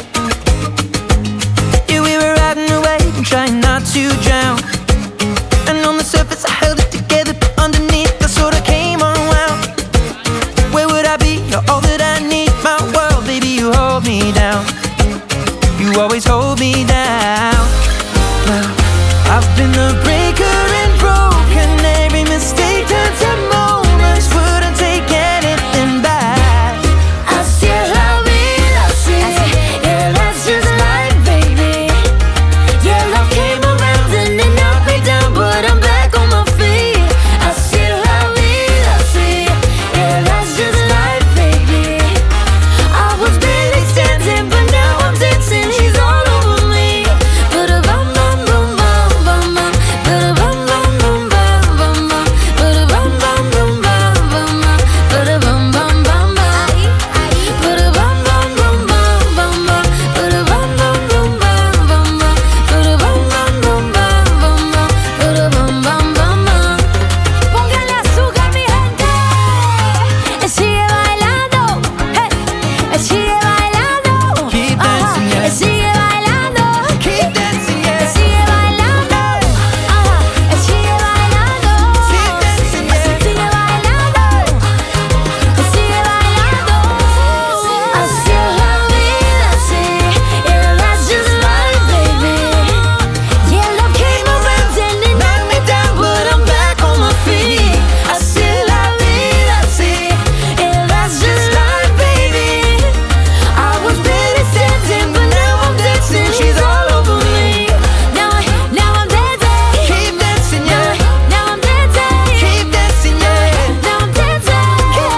Yeah, we were riding away and trying not to drown. And on the surface I held it together, but underneath I sort of came unwound. Where would I be? You're all that I need, my world, baby, you hold me down. You always hold me down. Well, I've been the breaker and broken. Every mistake turned to moments, wouldn't take anything back.
Así es la vida, sí. Yeah, that's just life, baby. Yeah, love came around and it knocked me down, but I'm back on my feet. Así es la vida, sí. Yeah, that's just life, baby. I was barely standing, but now I'm dancing. He's all over me. But a bum bum bum bum bum bum. But a bum bum bum bum bum bum. But a bum bum bum bum bum bum. But a bum bum bum bum. But a bum bum bum bum bum bum. But a bum bum bum bum bum bum. But a bum bum bum bum bum bum. But a bum bum bum bum. Póngale azúcar, mi gente. Él sigue bailando. Hey. Él sigue bailando.
Keep dancing, yeah.
Él sigue bailando.
Keep dancing, yeah.
Él sigue bailando. Ajá. Él sigue bailando.
Keep dancing, yeah.
Él sigue bailando. Él sigue bailando. Así es la vida, sí. Yeah, that's just life, baby. Yeah, love came around and it knocked me down, but I'm back on my feet. Así es la vida, sí. Yeah, that's just life, baby. I was barely standing, but now I'm dancing. She's all over me. Now, I, now I'm dancing.
Keep dancing, yeah.
Now I'm dancing.
Keep dancing, yeah.
Now I'm dancing. Keep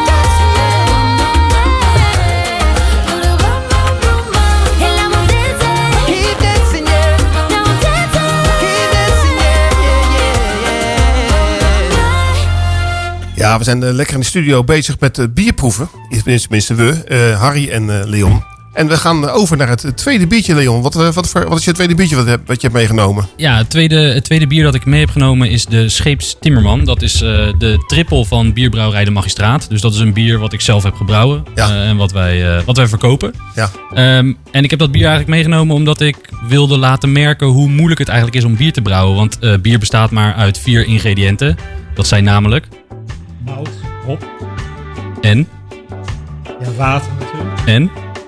dancing. And now I'm dancing.
Keep dancing, yeah.
Now I'm dancing.
Keep dancing, yeah, yeah, yeah.
Ja, we zijn uh, lekker in de studio bezig met uh, bierproeven. Tenminste we, uh, Harry en uh, Leon. En we gaan uh, over naar het uh, tweede biertje, Leon. Wat, uh, wat, voor, wat is je tweede biertje wat, wat je hebt meegenomen?
Ja, het tweede, het tweede bier dat ik mee heb genomen is de Scheeps Timmerman. Dat is uh, de trippel van bierbrouwerij De Magistraat. Dus dat is een bier wat ik zelf heb gebrouwen
Ja.
uh, en wat wij, uh, wat wij verkopen.
Ja.
Um, en ik heb dat bier eigenlijk meegenomen omdat ik wilde laten merken hoe moeilijk het eigenlijk is om bier te brouwen. Want uh, bier bestaat maar uit vier ingrediënten. Dat zijn namelijk
Mout, hop,
en,
ja, water natuurlijk.
en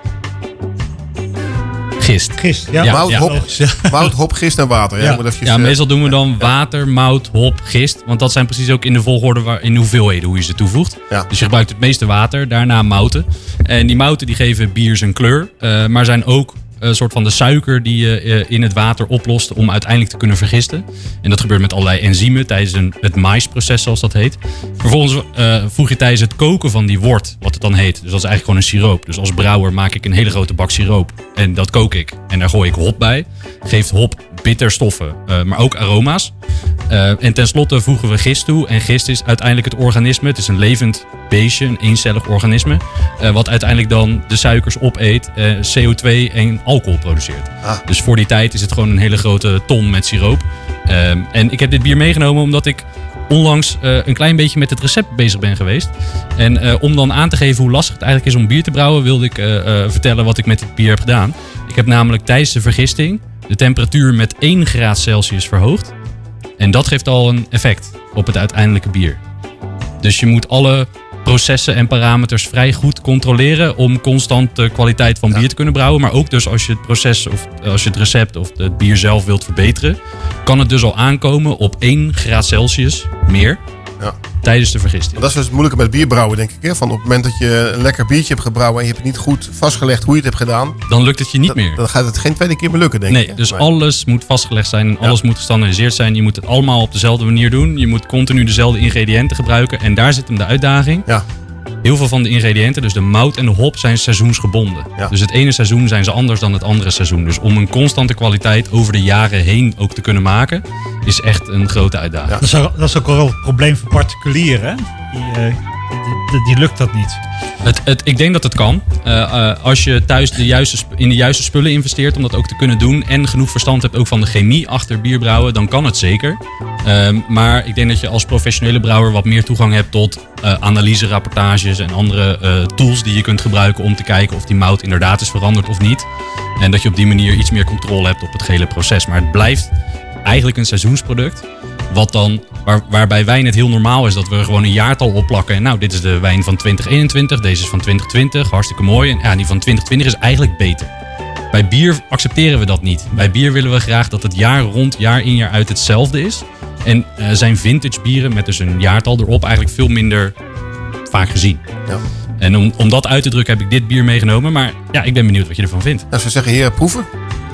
gist.
Gist, ja.
Ja,
mout,
ja.
hop, mout, hop, gist en water. Ja,
Ja.
moet eventjes,
Ja,
uh,
meestal doen we dan water, mout, hop, gist. Want dat zijn precies ook in de volgorde, waar, in de hoeveelheden hoe je ze toevoegt.
Ja.
Dus je gebruikt het meeste water, daarna mouten. En die mouten die geven bier zijn kleur. Uh, maar zijn ook een soort van de suiker die je uh, in het water oplost om uiteindelijk te kunnen vergisten. En dat gebeurt met allerlei enzymen tijdens een, het maïsproces zoals dat heet. Vervolgens uh, voeg je tijdens het koken van die wort, wat het dan heet. Dus dat is eigenlijk gewoon een siroop. Dus als brouwer maak ik een hele grote bak siroop. En dat kook ik. En daar gooi ik hop bij. Geeft hop bitterstoffen, uh, maar ook aroma's. Uh, en tenslotte voegen we gist toe. En gist is uiteindelijk het organisme. Het is een levend beestje, een eencellig organisme. Uh, wat uiteindelijk dan de suikers opeet, uh, C O twee en alcohol produceert.
Ah.
Dus voor die tijd is het gewoon een hele grote ton met siroop. Uh, Um, en ik heb dit bier meegenomen omdat ik onlangs uh, een klein beetje met het recept bezig ben geweest. En uh, om dan aan te geven hoe lastig het eigenlijk is om bier te brouwen, wilde ik uh, uh, vertellen wat ik met dit bier heb gedaan. Ik heb namelijk tijdens de vergisting de temperatuur met één graad Celsius verhoogd. En dat geeft al een effect op het uiteindelijke bier. Dus je moet alle processen en parameters vrij goed controleren om constant de kwaliteit van bier ja. te kunnen brouwen. Maar ook dus als je het proces of als je het recept of het bier zelf wilt verbeteren, kan het dus al aankomen op één graad Celsius meer ja. tijdens de vergisting.
Dat is dus het moeilijke met bierbrouwen, denk ik. Hè? Van op het moment dat je een lekker biertje hebt gebrouwen en je hebt het niet goed vastgelegd hoe je het hebt gedaan,
dan lukt het je niet
dan,
meer.
Dan gaat het geen tweede keer meer lukken, denk
nee,
ik.
Nee, dus alles moet vastgelegd zijn. Alles ja. moet gestandaardiseerd zijn. Je moet het allemaal op dezelfde manier doen. Je moet continu dezelfde ingrediënten gebruiken. En daar zit hem de uitdaging.
Ja.
Heel veel van de ingrediënten, dus de mout en de hop, zijn seizoensgebonden. Ja. Dus het ene seizoen zijn ze anders dan het andere seizoen. Dus om een constante kwaliteit over de jaren heen ook te kunnen maken, is echt een grote uitdaging.
Ja. Dat, is ook, dat is ook wel een probleem voor particulieren. Die, uh, die, die lukt dat niet.
Het, het, ik denk dat het kan. Uh, uh, als je thuis de juiste, in de juiste spullen investeert om dat ook te kunnen doen en genoeg verstand hebt ook van de chemie achter bierbrouwen, dan kan het zeker. Uh, maar ik denk dat je als professionele brouwer wat meer toegang hebt tot uh, analyse-rapportages en andere uh, tools die je kunt gebruiken om te kijken of die mout inderdaad is veranderd of niet. En dat je op die manier iets meer controle hebt op het hele proces. Maar het blijft eigenlijk een seizoensproduct. Wat dan, waar, waarbij wijn het heel normaal is dat we gewoon een jaartal opplakken. En nou, dit is de wijn van twintig eenentwintig, deze is van twintig twintig, hartstikke mooi. En ja, die van twintig twintig is eigenlijk beter. Bij bier accepteren we dat niet. Bij bier willen we graag dat het jaar rond, jaar in jaar uit hetzelfde is. En uh, zijn vintage bieren met dus een jaartal erop eigenlijk veel minder vaak gezien. Ja. En om, om dat uit te drukken heb ik dit bier meegenomen. Maar ja, ik ben benieuwd wat je ervan vindt.
Nou, ze zeggen hier proeven.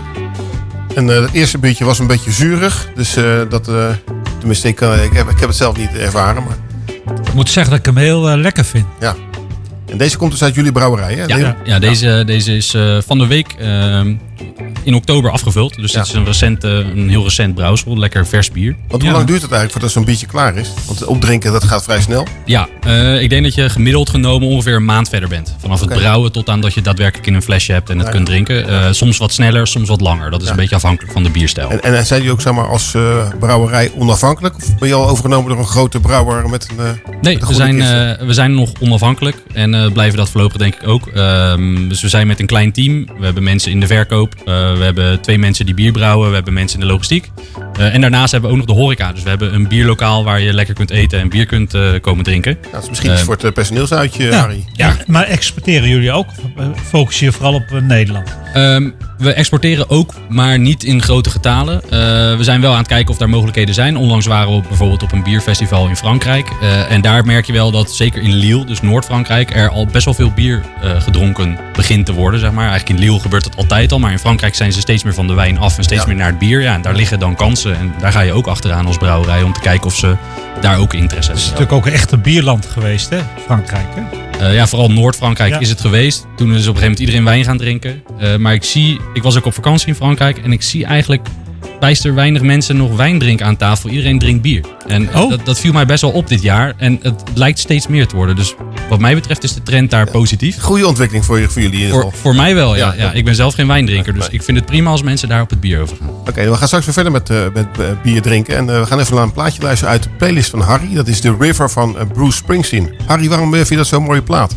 En uh, het eerste biertje was een beetje zuurig. Dus uh, dat, uh, tenminste, ik, uh, ik, heb, ik heb het zelf niet ervaren. Maar...
Ik moet zeggen dat ik hem heel uh, lekker vind.
Ja. En deze komt dus uit jullie brouwerij, hè?
Ja, ja. ja deze, ja. deze is uh, van de week uh, in oktober afgevuld. Dus ja. dit is een, recent, uh, een heel recent brouwsel. Lekker vers bier.
Want hoe
ja.
lang duurt het eigenlijk voordat zo'n biertje klaar is? Want het opdrinken, dat gaat vrij snel.
Ja, uh, ik denk dat je gemiddeld genomen ongeveer een maand verder bent. Vanaf okay. het brouwen tot aan dat je het daadwerkelijk in een flesje hebt en het ja, kunt drinken. Uh, soms wat sneller, soms wat langer. Dat is ja. een beetje afhankelijk van de bierstijl.
En, en zijn jullie ook zeg maar, als uh, brouwerij onafhankelijk? Of ben je al overgenomen door een grote brouwer met een uh,
Nee, met een we, zijn, uh, we zijn nog onafhankelijk. En uh, blijven dat voorlopig denk ik ook. Uh, dus we zijn met een klein team. We hebben mensen in de verkoop. Uh, we hebben twee mensen die bier brouwen. We hebben mensen in de logistiek. Uh, en daarnaast hebben we ook nog de horeca. Dus we hebben een bierlokaal waar je lekker kunt eten en bier kunt uh, komen drinken.
Ja, dat is misschien uh, iets voor het personeelsuitje,
ja,
Harry.
Ja. Maar exporteren jullie ook? Focussen je vooral op uh, Nederland?
Um, we exporteren ook, maar niet in grote getalen. Uh, we zijn wel aan het kijken of daar mogelijkheden zijn. Onlangs waren we bijvoorbeeld op een bierfestival in Frankrijk. Uh, en daar merk je wel dat zeker in Lille, dus Noord-Frankrijk, er al best wel veel bier uh, gedronken begint te worden. Zeg maar. Eigenlijk in Lille gebeurt dat altijd al. Maar in Frankrijk zijn ze steeds meer van de wijn af en steeds ja. meer naar het bier. Ja, en daar liggen dan kansen. En daar ga je ook achteraan als brouwerij om te kijken of ze daar ook interesse hebben.
Het is natuurlijk ook echt een bierland geweest, hè? Frankrijk, hè?
Uh, ja, vooral Noord-Frankrijk ja. is het geweest. Toen is op een gegeven moment iedereen wijn gaan drinken. Uh, maar ik zie, ik was ook op vakantie in Frankrijk en ik zie eigenlijk bijster weinig mensen nog wijn drinken aan tafel. Iedereen drinkt bier. En oh. dat, dat viel mij best wel op dit jaar. En het lijkt steeds meer te worden. Dus wat mij betreft is de trend daar ja. positief.
Goede ontwikkeling voor, voor jullie in ieder geval.
Voor, voor mij wel, ja. ja. ja. Ik ben zelf geen wijndrinker. Dus ik vind het prima als mensen daar op het bier over gaan.
Oké, okay, we gaan straks weer verder met, uh, met uh, bier drinken. En uh, we gaan even naar een plaatje luisteren uit de playlist van Harry. Dat is The River van uh, Bruce Springsteen. Harry, waarom vind je dat zo'n mooie plaat?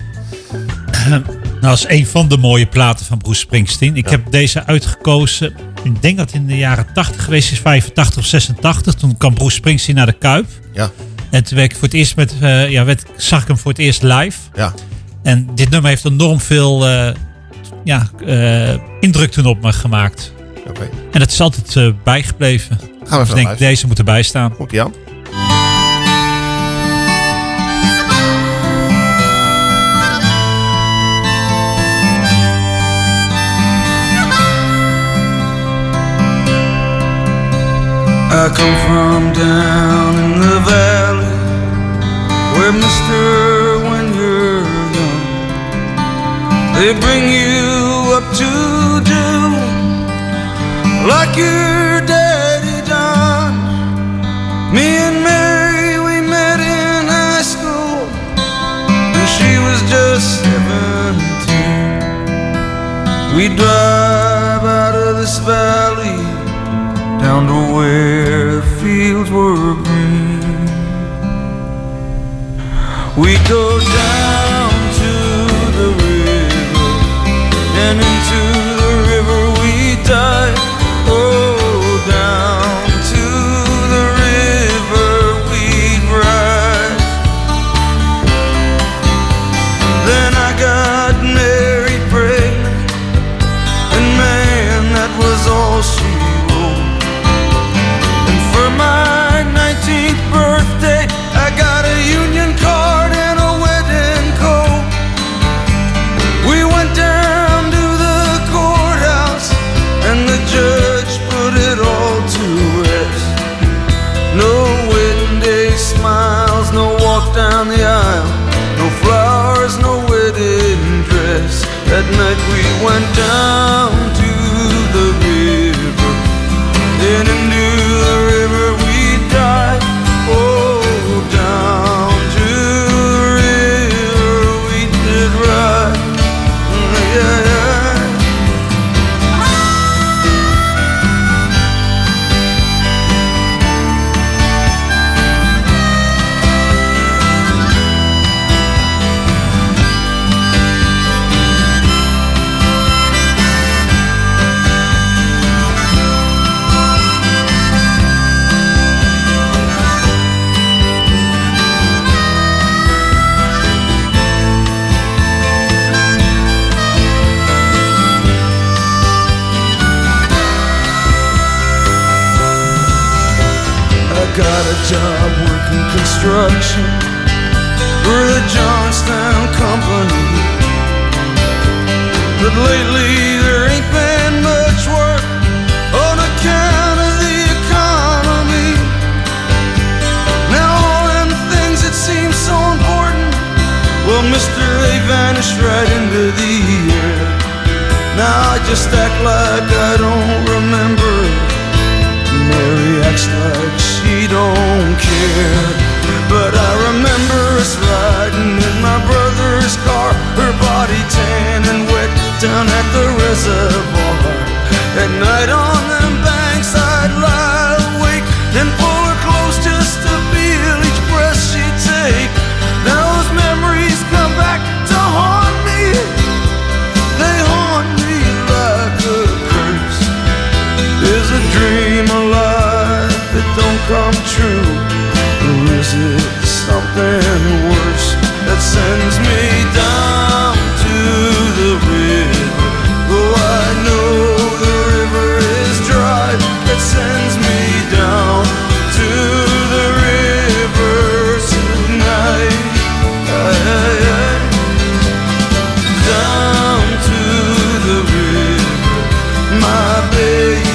Uh, nou, dat is een van de mooie platen van Bruce Springsteen. Ik ja. heb deze uitgekozen. Ik denk dat het in de jaren tachtig geweest is, vijfentachtig of zesentachtig. Toen kwam Bruce Springsteen naar de Kuip.
Ja.
En toen werd ik voor het eerst met, uh, ja, werd, zag ik hem voor het eerst live.
Ja.
En dit nummer heeft enorm veel uh, ja, uh, indruk toen op me gemaakt.
Okay.
En dat is altijd uh, bijgebleven.
Gaan we
dus ik denk deze moet erbij staan.
Komt ie aan.
I come from down in the valley where mister when you're young they bring you up to do like your daddy done. Me and Mary, we met in high school and she was just seventeen. We drive out of this valley down to where We go down to the river, and into the river we dive. Oh, down to the river we'd ride. Then I got married pregnant, and man, that was all she wrote. And for my nineteenth birthday, I got a union card and a wedding coat. We went down to the courthouse, and the judge put it all to rest. No wedding day smiles, no walk down the aisle, no flowers, no wedding dress. That night we went down to the river, then into the river we dive. Oh, down to the river we did ride. Yeah, yeah. Got a job working construction for the Johnstown Company, but lately there ain't been much work on account of the economy. Now all them things that seem so important, well, mister, they vanished right into the air. Now I just act like I don't remember. Mary acts like she don't care, but I remember us riding in my brother's car, her body tan and wet down at the reservoir. At night on them banks I'd lie awake and pull her close just to feel each breath she'd take. Now those memories come back to haunt me, they haunt me like a curse. Is a dream alive that don't come true, or is it something worse that sends me down to the river? Oh, I know the river is dry, that sends me down to the river tonight. Aye, aye, aye. Down to the river, my baby.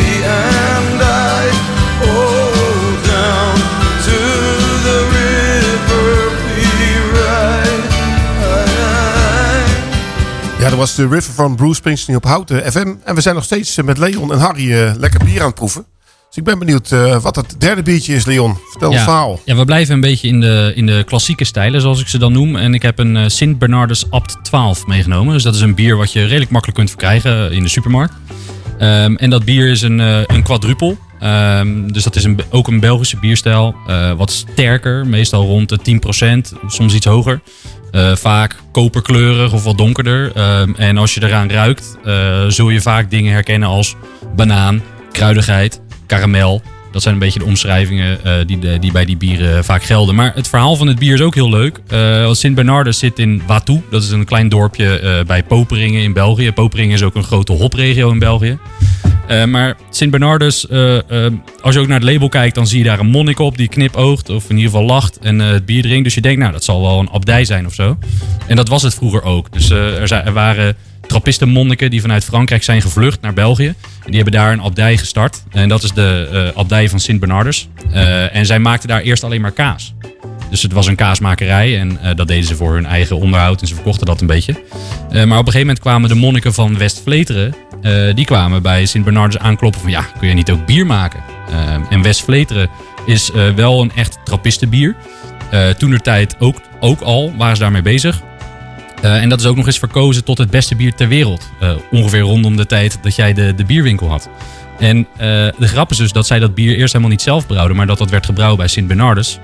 Ja, dat was de River van Bruce Springsteen op Houten F M. En we zijn nog steeds met Leon en Harry uh, lekker bier aan het proeven. Dus ik ben benieuwd uh, wat het derde biertje is, Leon. Vertel
ja,
het verhaal.
Ja, we blijven een beetje in de, in de klassieke stijlen, zoals ik ze dan noem. En ik heb een uh, Sint Bernardus Abt twaalf meegenomen. Dus dat is een bier wat je redelijk makkelijk kunt verkrijgen in de supermarkt. Um, en dat bier is een, uh, een quadrupel. Um, dus dat is een, ook een Belgische bierstijl. Uh, wat sterker, meestal rond de tien procent, soms iets hoger. Uh, vaak koperkleurig of wat donkerder. Um, en als je eraan ruikt, uh, zul je vaak dingen herkennen als banaan, kruidigheid, karamel. Dat zijn een beetje de omschrijvingen uh, die, de, die bij die bieren vaak gelden. Maar het verhaal van het bier is ook heel leuk. Uh, Sint Bernardus zit in Watou. Dat is een klein dorpje uh, bij Poperingen in België. Poperingen is ook een grote hopregio in België. Uh, maar Sint Bernardus, uh, uh, als je ook naar het label kijkt, dan zie je daar een monnik op die knipoogt. Of in ieder geval lacht en uh, het bier drinkt. Dus je denkt, nou, dat zal wel een abdij zijn of zo. En dat was het vroeger ook. Dus uh, er, zijn, er waren trappistenmonniken die vanuit Frankrijk zijn gevlucht naar België. En die hebben daar een abdij gestart. En dat is de uh, abdij van Sint Bernardus. Uh, en zij maakten daar eerst alleen maar kaas. Dus het was een kaasmakerij en uh, dat deden ze voor hun eigen onderhoud en ze verkochten dat een beetje. Uh, maar op een gegeven moment kwamen de monniken van West-Vleteren, uh, die kwamen bij Sint Bernardus aankloppen van ja, kun je niet ook bier maken? Uh, en West-Vleteren is uh, wel een echt trappistenbier. Uh, Toentertijd ook, ook al waren ze daarmee bezig. Uh, en dat is ook nog eens verkozen tot het beste bier ter wereld. Uh, ongeveer rondom de tijd dat jij de, de bierwinkel had. En uh, de grap is dus dat zij dat bier eerst helemaal niet zelf brouwden, maar dat dat werd gebrouwen bij Sint Bernardus.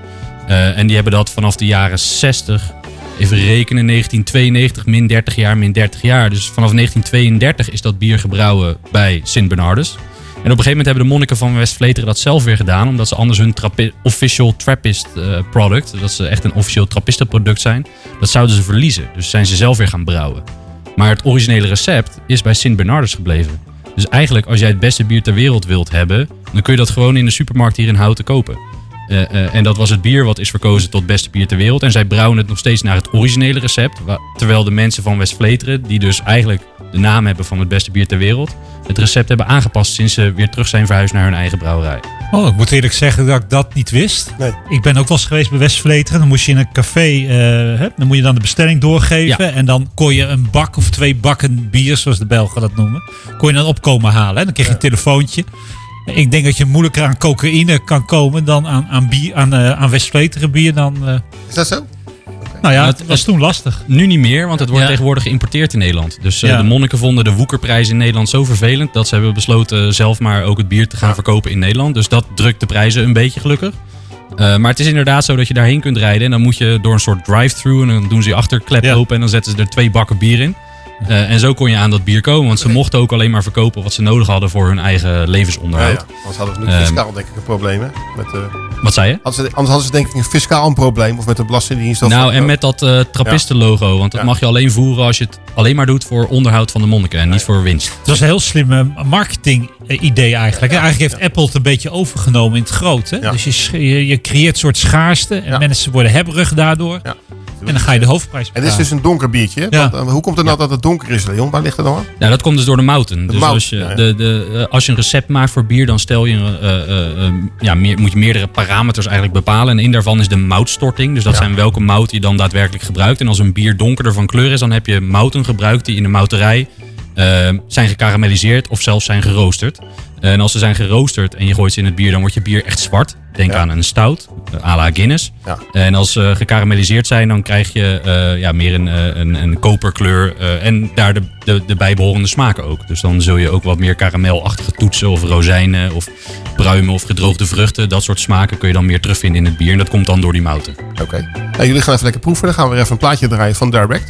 Uh, en die hebben dat vanaf de jaren zestig... Even rekenen, negentien tweeënnegentig, min dertig jaar, min dertig jaar. Dus vanaf negentien tweeëndertig is dat bier gebrouwen bij Sint Bernardus. En op een gegeven moment hebben de monniken van West-Vleteren dat zelf weer gedaan. Omdat ze anders hun trapi- official Trappist uh, product, dat ze echt een officieel Trappistenproduct zijn, dat zouden ze verliezen. Dus zijn ze zelf weer gaan brouwen. Maar het originele recept is bij Sint Bernardus gebleven. Dus eigenlijk, als jij het beste bier ter wereld wilt hebben, dan kun je dat gewoon in de supermarkt hier in Houten kopen. Uh, uh, en dat was het bier wat is verkozen tot beste bier ter wereld. En zij brouwen het nog steeds naar het originele recept. Wa- terwijl de mensen van West-Vleteren, die dus eigenlijk de naam hebben van het beste bier ter wereld, het recept hebben aangepast sinds ze weer terug zijn verhuisd naar hun eigen brouwerij.
Oh, ik moet eerlijk zeggen dat ik dat niet wist.
Nee.
Ik ben ook wel eens geweest bij West-Vleteren. Dan moest je in een café, uh, hè, dan moet je dan de bestelling doorgeven.
Ja.
En dan kon je een bak of twee bakken bier, zoals de Belgen dat noemen, kon je dan opkomen halen. Hè. Dan kreeg je een telefoontje. Ik denk dat je moeilijker aan cocaïne kan komen dan aan, aan, bier, aan, uh, aan West-Vleteren bier. Dan, uh...
Is dat zo?
Nou ja,
het
dat was toen lastig.
Nu niet meer, want het wordt
Ja.
tegenwoordig geïmporteerd in Nederland. Dus uh,
Ja.
de monniken vonden de woekerprijs in Nederland zo vervelend dat ze hebben besloten zelf maar ook het bier te gaan verkopen in Nederland. Dus dat drukt de prijzen een beetje gelukkig. Uh, maar het is inderdaad zo dat je daarheen kunt rijden en dan moet je door een soort drive-thru en dan doen ze je achterklep
Ja.
open en dan zetten ze er twee bakken bier in. Uh, en zo kon je aan dat bier komen, want ze mochten ook alleen maar verkopen wat ze nodig hadden voor hun eigen levensonderhoud.
Ja, ja. Anders hadden ze nu
Um,
fiscaal denk ik een probleem. Hè? Met, uh,
Wat zei je?
Anders, anders hadden ze denk ik een fiscaal een probleem. Of met de belastingdienst. Of
Nou,
wat
en
ook.
met dat uh, trappistenlogo, want dat
Ja.
mag je alleen voeren als je het alleen maar doet voor onderhoud van de monniken en niet voor winst.
Dat is een heel slim uh, marketing uh, idee eigenlijk. Hè? Eigenlijk heeft Apple het een beetje overgenomen in het groot. Hè?
Ja.
Dus je, sch- je, je creëert een soort schaarste en
Ja.
mensen worden hebberig daardoor.
Ja.
En dan ga je de hoofdprijs
En dit is dus een donker biertje. hè?
Ja.
Want, uh, hoe komt het nou dat het donker is, Leon? Waar ligt het dan aan?
Ja, dat komt dus door de mouten. Dus
mout,
als, je,
ja, ja.
De, de, uh, als je een recept maakt voor bier, dan stel je, uh, uh, uh, ja, meer, moet je meerdere parameters eigenlijk bepalen. En één daarvan is de moutstorting. Dus dat
Ja.
zijn welke mout je dan daadwerkelijk gebruikt. En als een bier donkerder van kleur is, dan heb je mouten gebruikt die in de mouterij uh, zijn gekarameliseerd of zelfs zijn geroosterd. En als ze zijn geroosterd en je gooit ze in het bier, dan wordt je bier echt zwart. Denk
Ja.
aan een stout, uh, à la Guinness.
Ja.
En als ze gekarameliseerd zijn, dan krijg je uh, ja, meer een, uh, een, een koperkleur. Uh, en daar de, de, de bijbehorende smaken ook. Dus dan zul je ook wat meer karamelachtige toetsen of rozijnen of pruimen of gedroogde vruchten. Dat soort smaken kun je dan meer terugvinden in het bier. En dat komt dan door die mouten.
Oké. Okay. Nou, jullie gaan even lekker proeven. Dan gaan we weer even een plaatje draaien van Direct.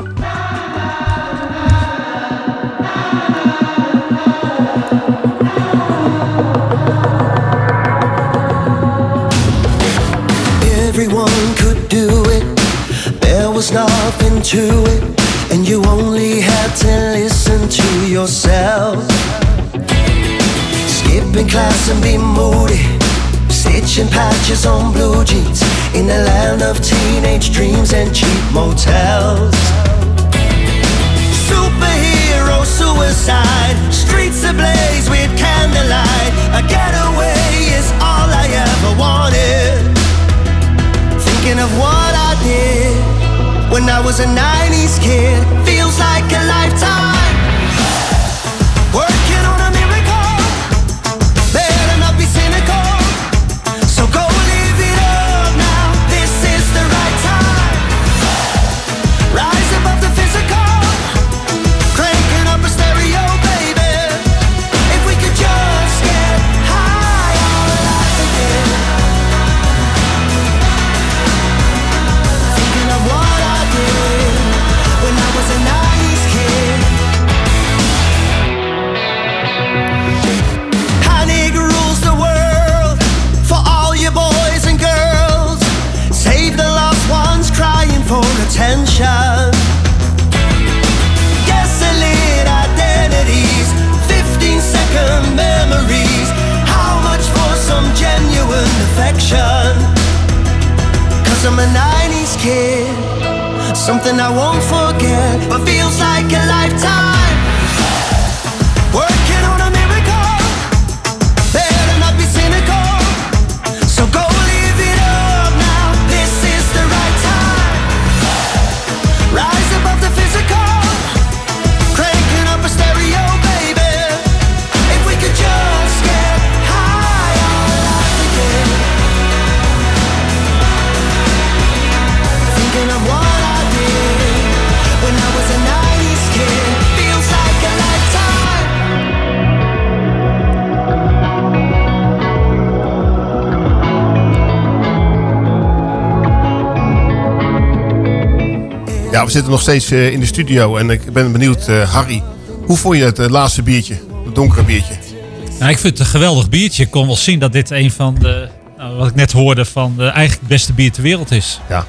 Everyone could do it, there was nothing to it, and you only had to listen to yourself. Skipping class and be moody, stitching patches on blue jeans, in the land of teenage dreams and cheap motels. Superhero suicide, streets ablaze with candlelight, a getaway is all I ever wanted. Thinking of what I did when I was a nineties kid feels like a lifetime. Working on a miracle, better not be cynical. So go live it up now, this is the right time. Rise above the physical, cranking up a stereo, baby. If we could just get high on life again. What I did when I was a nineties kid. Panic rules the world for all you boys and girls. Save the lost ones crying for attention. Gasoline identities, fifteen second memories. How much for some genuine affection? Cause I'm a nineties kid, something I won't forget, but feels like a lifetime. Working on a miracle, better not be cynical. So go live it up now, this is the right time. Rise above the physical, cranking up a stereo, baby. If we could just get high on life again. Thinking of what I did when I was a nineties kid feels like
Ja, we zitten nog steeds uh, in de studio en ik ben benieuwd, uh, Harry. Hoe vond je het uh, laatste biertje? Het donkere biertje?
Nou, ik vind het een geweldig biertje. Ik kon wel zien dat dit een van de, nou, wat ik net hoorde, van de eigenlijk beste bier ter wereld is.
Ja.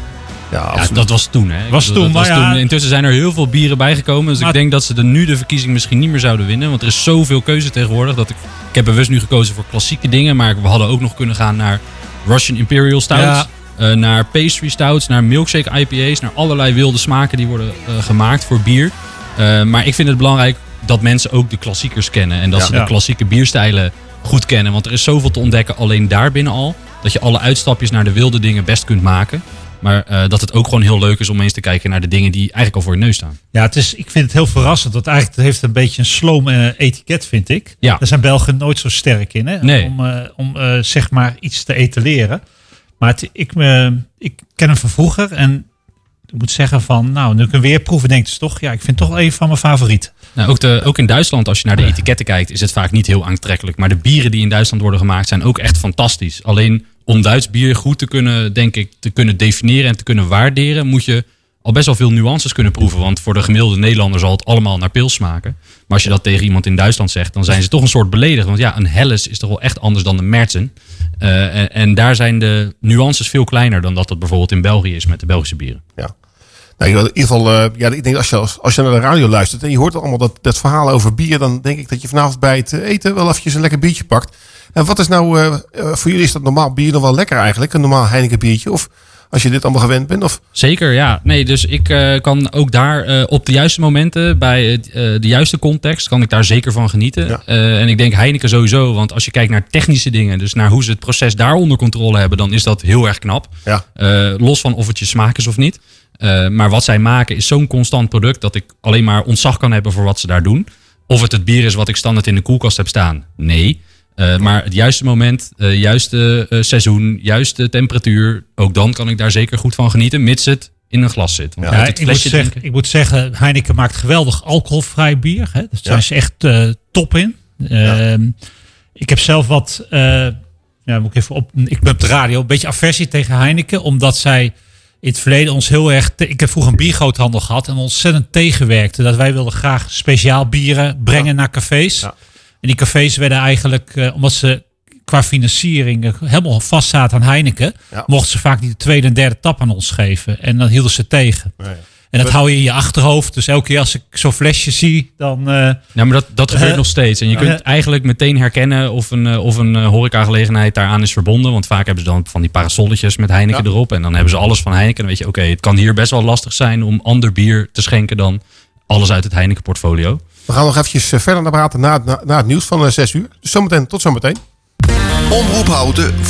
Ja, ja, dat was toen. Hè.
Was
dat,
toen,
dat
maar
was
ja,
toen. Intussen zijn er heel veel bieren bijgekomen. Dus maar ik denk dat ze de, nu de verkiezing misschien niet meer zouden winnen. Want er is zoveel keuze tegenwoordig. Dat ik, ik heb bewust nu gekozen voor klassieke dingen. Maar we hadden ook nog kunnen gaan naar Russian Imperial Stouts. Ja. Uh, naar pastry stouts, naar milkshake I P A's. Naar allerlei wilde smaken die worden uh, gemaakt voor bier. Uh, maar ik vind het belangrijk dat mensen ook de klassiekers kennen. En dat ja. ze de ja. klassieke bierstijlen goed kennen. Want er is zoveel te ontdekken alleen daarbinnen al. Dat je alle uitstapjes naar de wilde dingen best kunt maken. Maar uh, dat het ook gewoon heel leuk is om eens te kijken naar de dingen die eigenlijk al voor je neus staan.
Ja, het is, ik vind het heel verrassend. Want eigenlijk het heeft een beetje een sloom uh, etiket, vind ik.
Ja.
Daar zijn Belgen nooit zo sterk in. Hè?
Nee.
Om, uh, om uh, zeg maar iets te etaleren. Maar het, ik, uh, ik ken hem van vroeger. En ik moet zeggen van, nou, nu ik hem weer proeven, denk ik toch, ja, ik vind het toch een van mijn favorieten.
Nou, ook, de, ook in Duitsland, als je naar de etiketten kijkt, is het vaak niet heel aantrekkelijk. Maar de bieren die in Duitsland worden gemaakt zijn ook echt fantastisch. Alleen om Duits bier goed te kunnen, denk ik, te kunnen definiëren en te kunnen waarderen, moet je al best wel veel nuances kunnen proeven. Want voor de gemiddelde Nederlander zal het allemaal naar pils smaken. Maar als je dat tegen iemand in Duitsland zegt, dan zijn ze toch een soort beledigd. Want ja, een Helles is toch wel echt anders dan een Märzen. Uh, en, en daar zijn de nuances veel kleiner dan dat dat bijvoorbeeld in België is met de Belgische bieren.
Ja. Nou, in ieder geval, uh, ja, ik denk als je, als, als je naar de radio luistert en je hoort allemaal dat, dat verhaal over bier, dan denk ik dat je vanavond bij het eten wel eventjes een lekker biertje pakt. En wat is nou, uh, uh, voor jullie is dat normaal bier nog wel lekker eigenlijk? Een normaal Heineken biertje? Of als je dit allemaal gewend bent? Of?
Zeker, ja. Nee, dus ik uh, kan ook daar uh, op de juiste momenten, bij uh, de juiste context, kan ik daar zeker van genieten. Ja. Uh, en ik denk Heineken sowieso, want als je kijkt naar technische dingen, dus naar hoe ze het proces daar onder controle hebben, dan is dat heel erg knap.
Ja.
Uh, los van of het je smaak is of niet. Uh, maar wat zij maken is zo'n constant product dat ik alleen maar ontzag kan hebben voor wat ze daar doen. Of het het bier is wat ik standaard in de koelkast heb staan. Nee. Uh, maar het juiste moment, uh, juiste uh, seizoen, juiste temperatuur. Ook dan kan ik daar zeker goed van genieten, mits het in een glas zit. Want
ja, het ik, moet zeggen, ik moet zeggen, Heineken maakt geweldig alcoholvrij bier. Hè? Daar ja. zijn ze echt uh, top in. Uh, ja. Ik heb zelf wat, uh, ja, moet ik, even op, ik ben op de radio, een beetje aversie tegen Heineken. Omdat zij in het verleden ons heel erg... Te, ik heb vroeger een biergroothandel gehad en ontzettend tegenwerkte. Dat wij wilden graag speciaal bieren brengen ja. naar cafés. Ja. En die cafés werden eigenlijk, uh, omdat ze qua financiering uh, helemaal vast zaten aan Heineken, ja. mochten ze vaak niet de tweede en derde tap aan ons geven. En dan hielden ze tegen. Nee. En dat hou je in je achterhoofd. Dus elke keer als ik zo'n flesje zie, dan... Uh,
ja, maar dat, dat gebeurt uh, nog steeds. En je kunt uh, eigenlijk meteen herkennen of een, uh, of een uh, horecagelegenheid daaraan is verbonden. Want vaak hebben ze dan van die parasolletjes met Heineken ja. erop. En dan hebben ze alles van Heineken. Dan weet je, oké, okay, het kan hier best wel lastig zijn om ander bier te schenken dan alles uit het Heineken portfolio.
We gaan nog eventjes verder naar praten na, na, na het nieuws van zes uur. Dus zometeen, tot zometeen.
Omroep Houten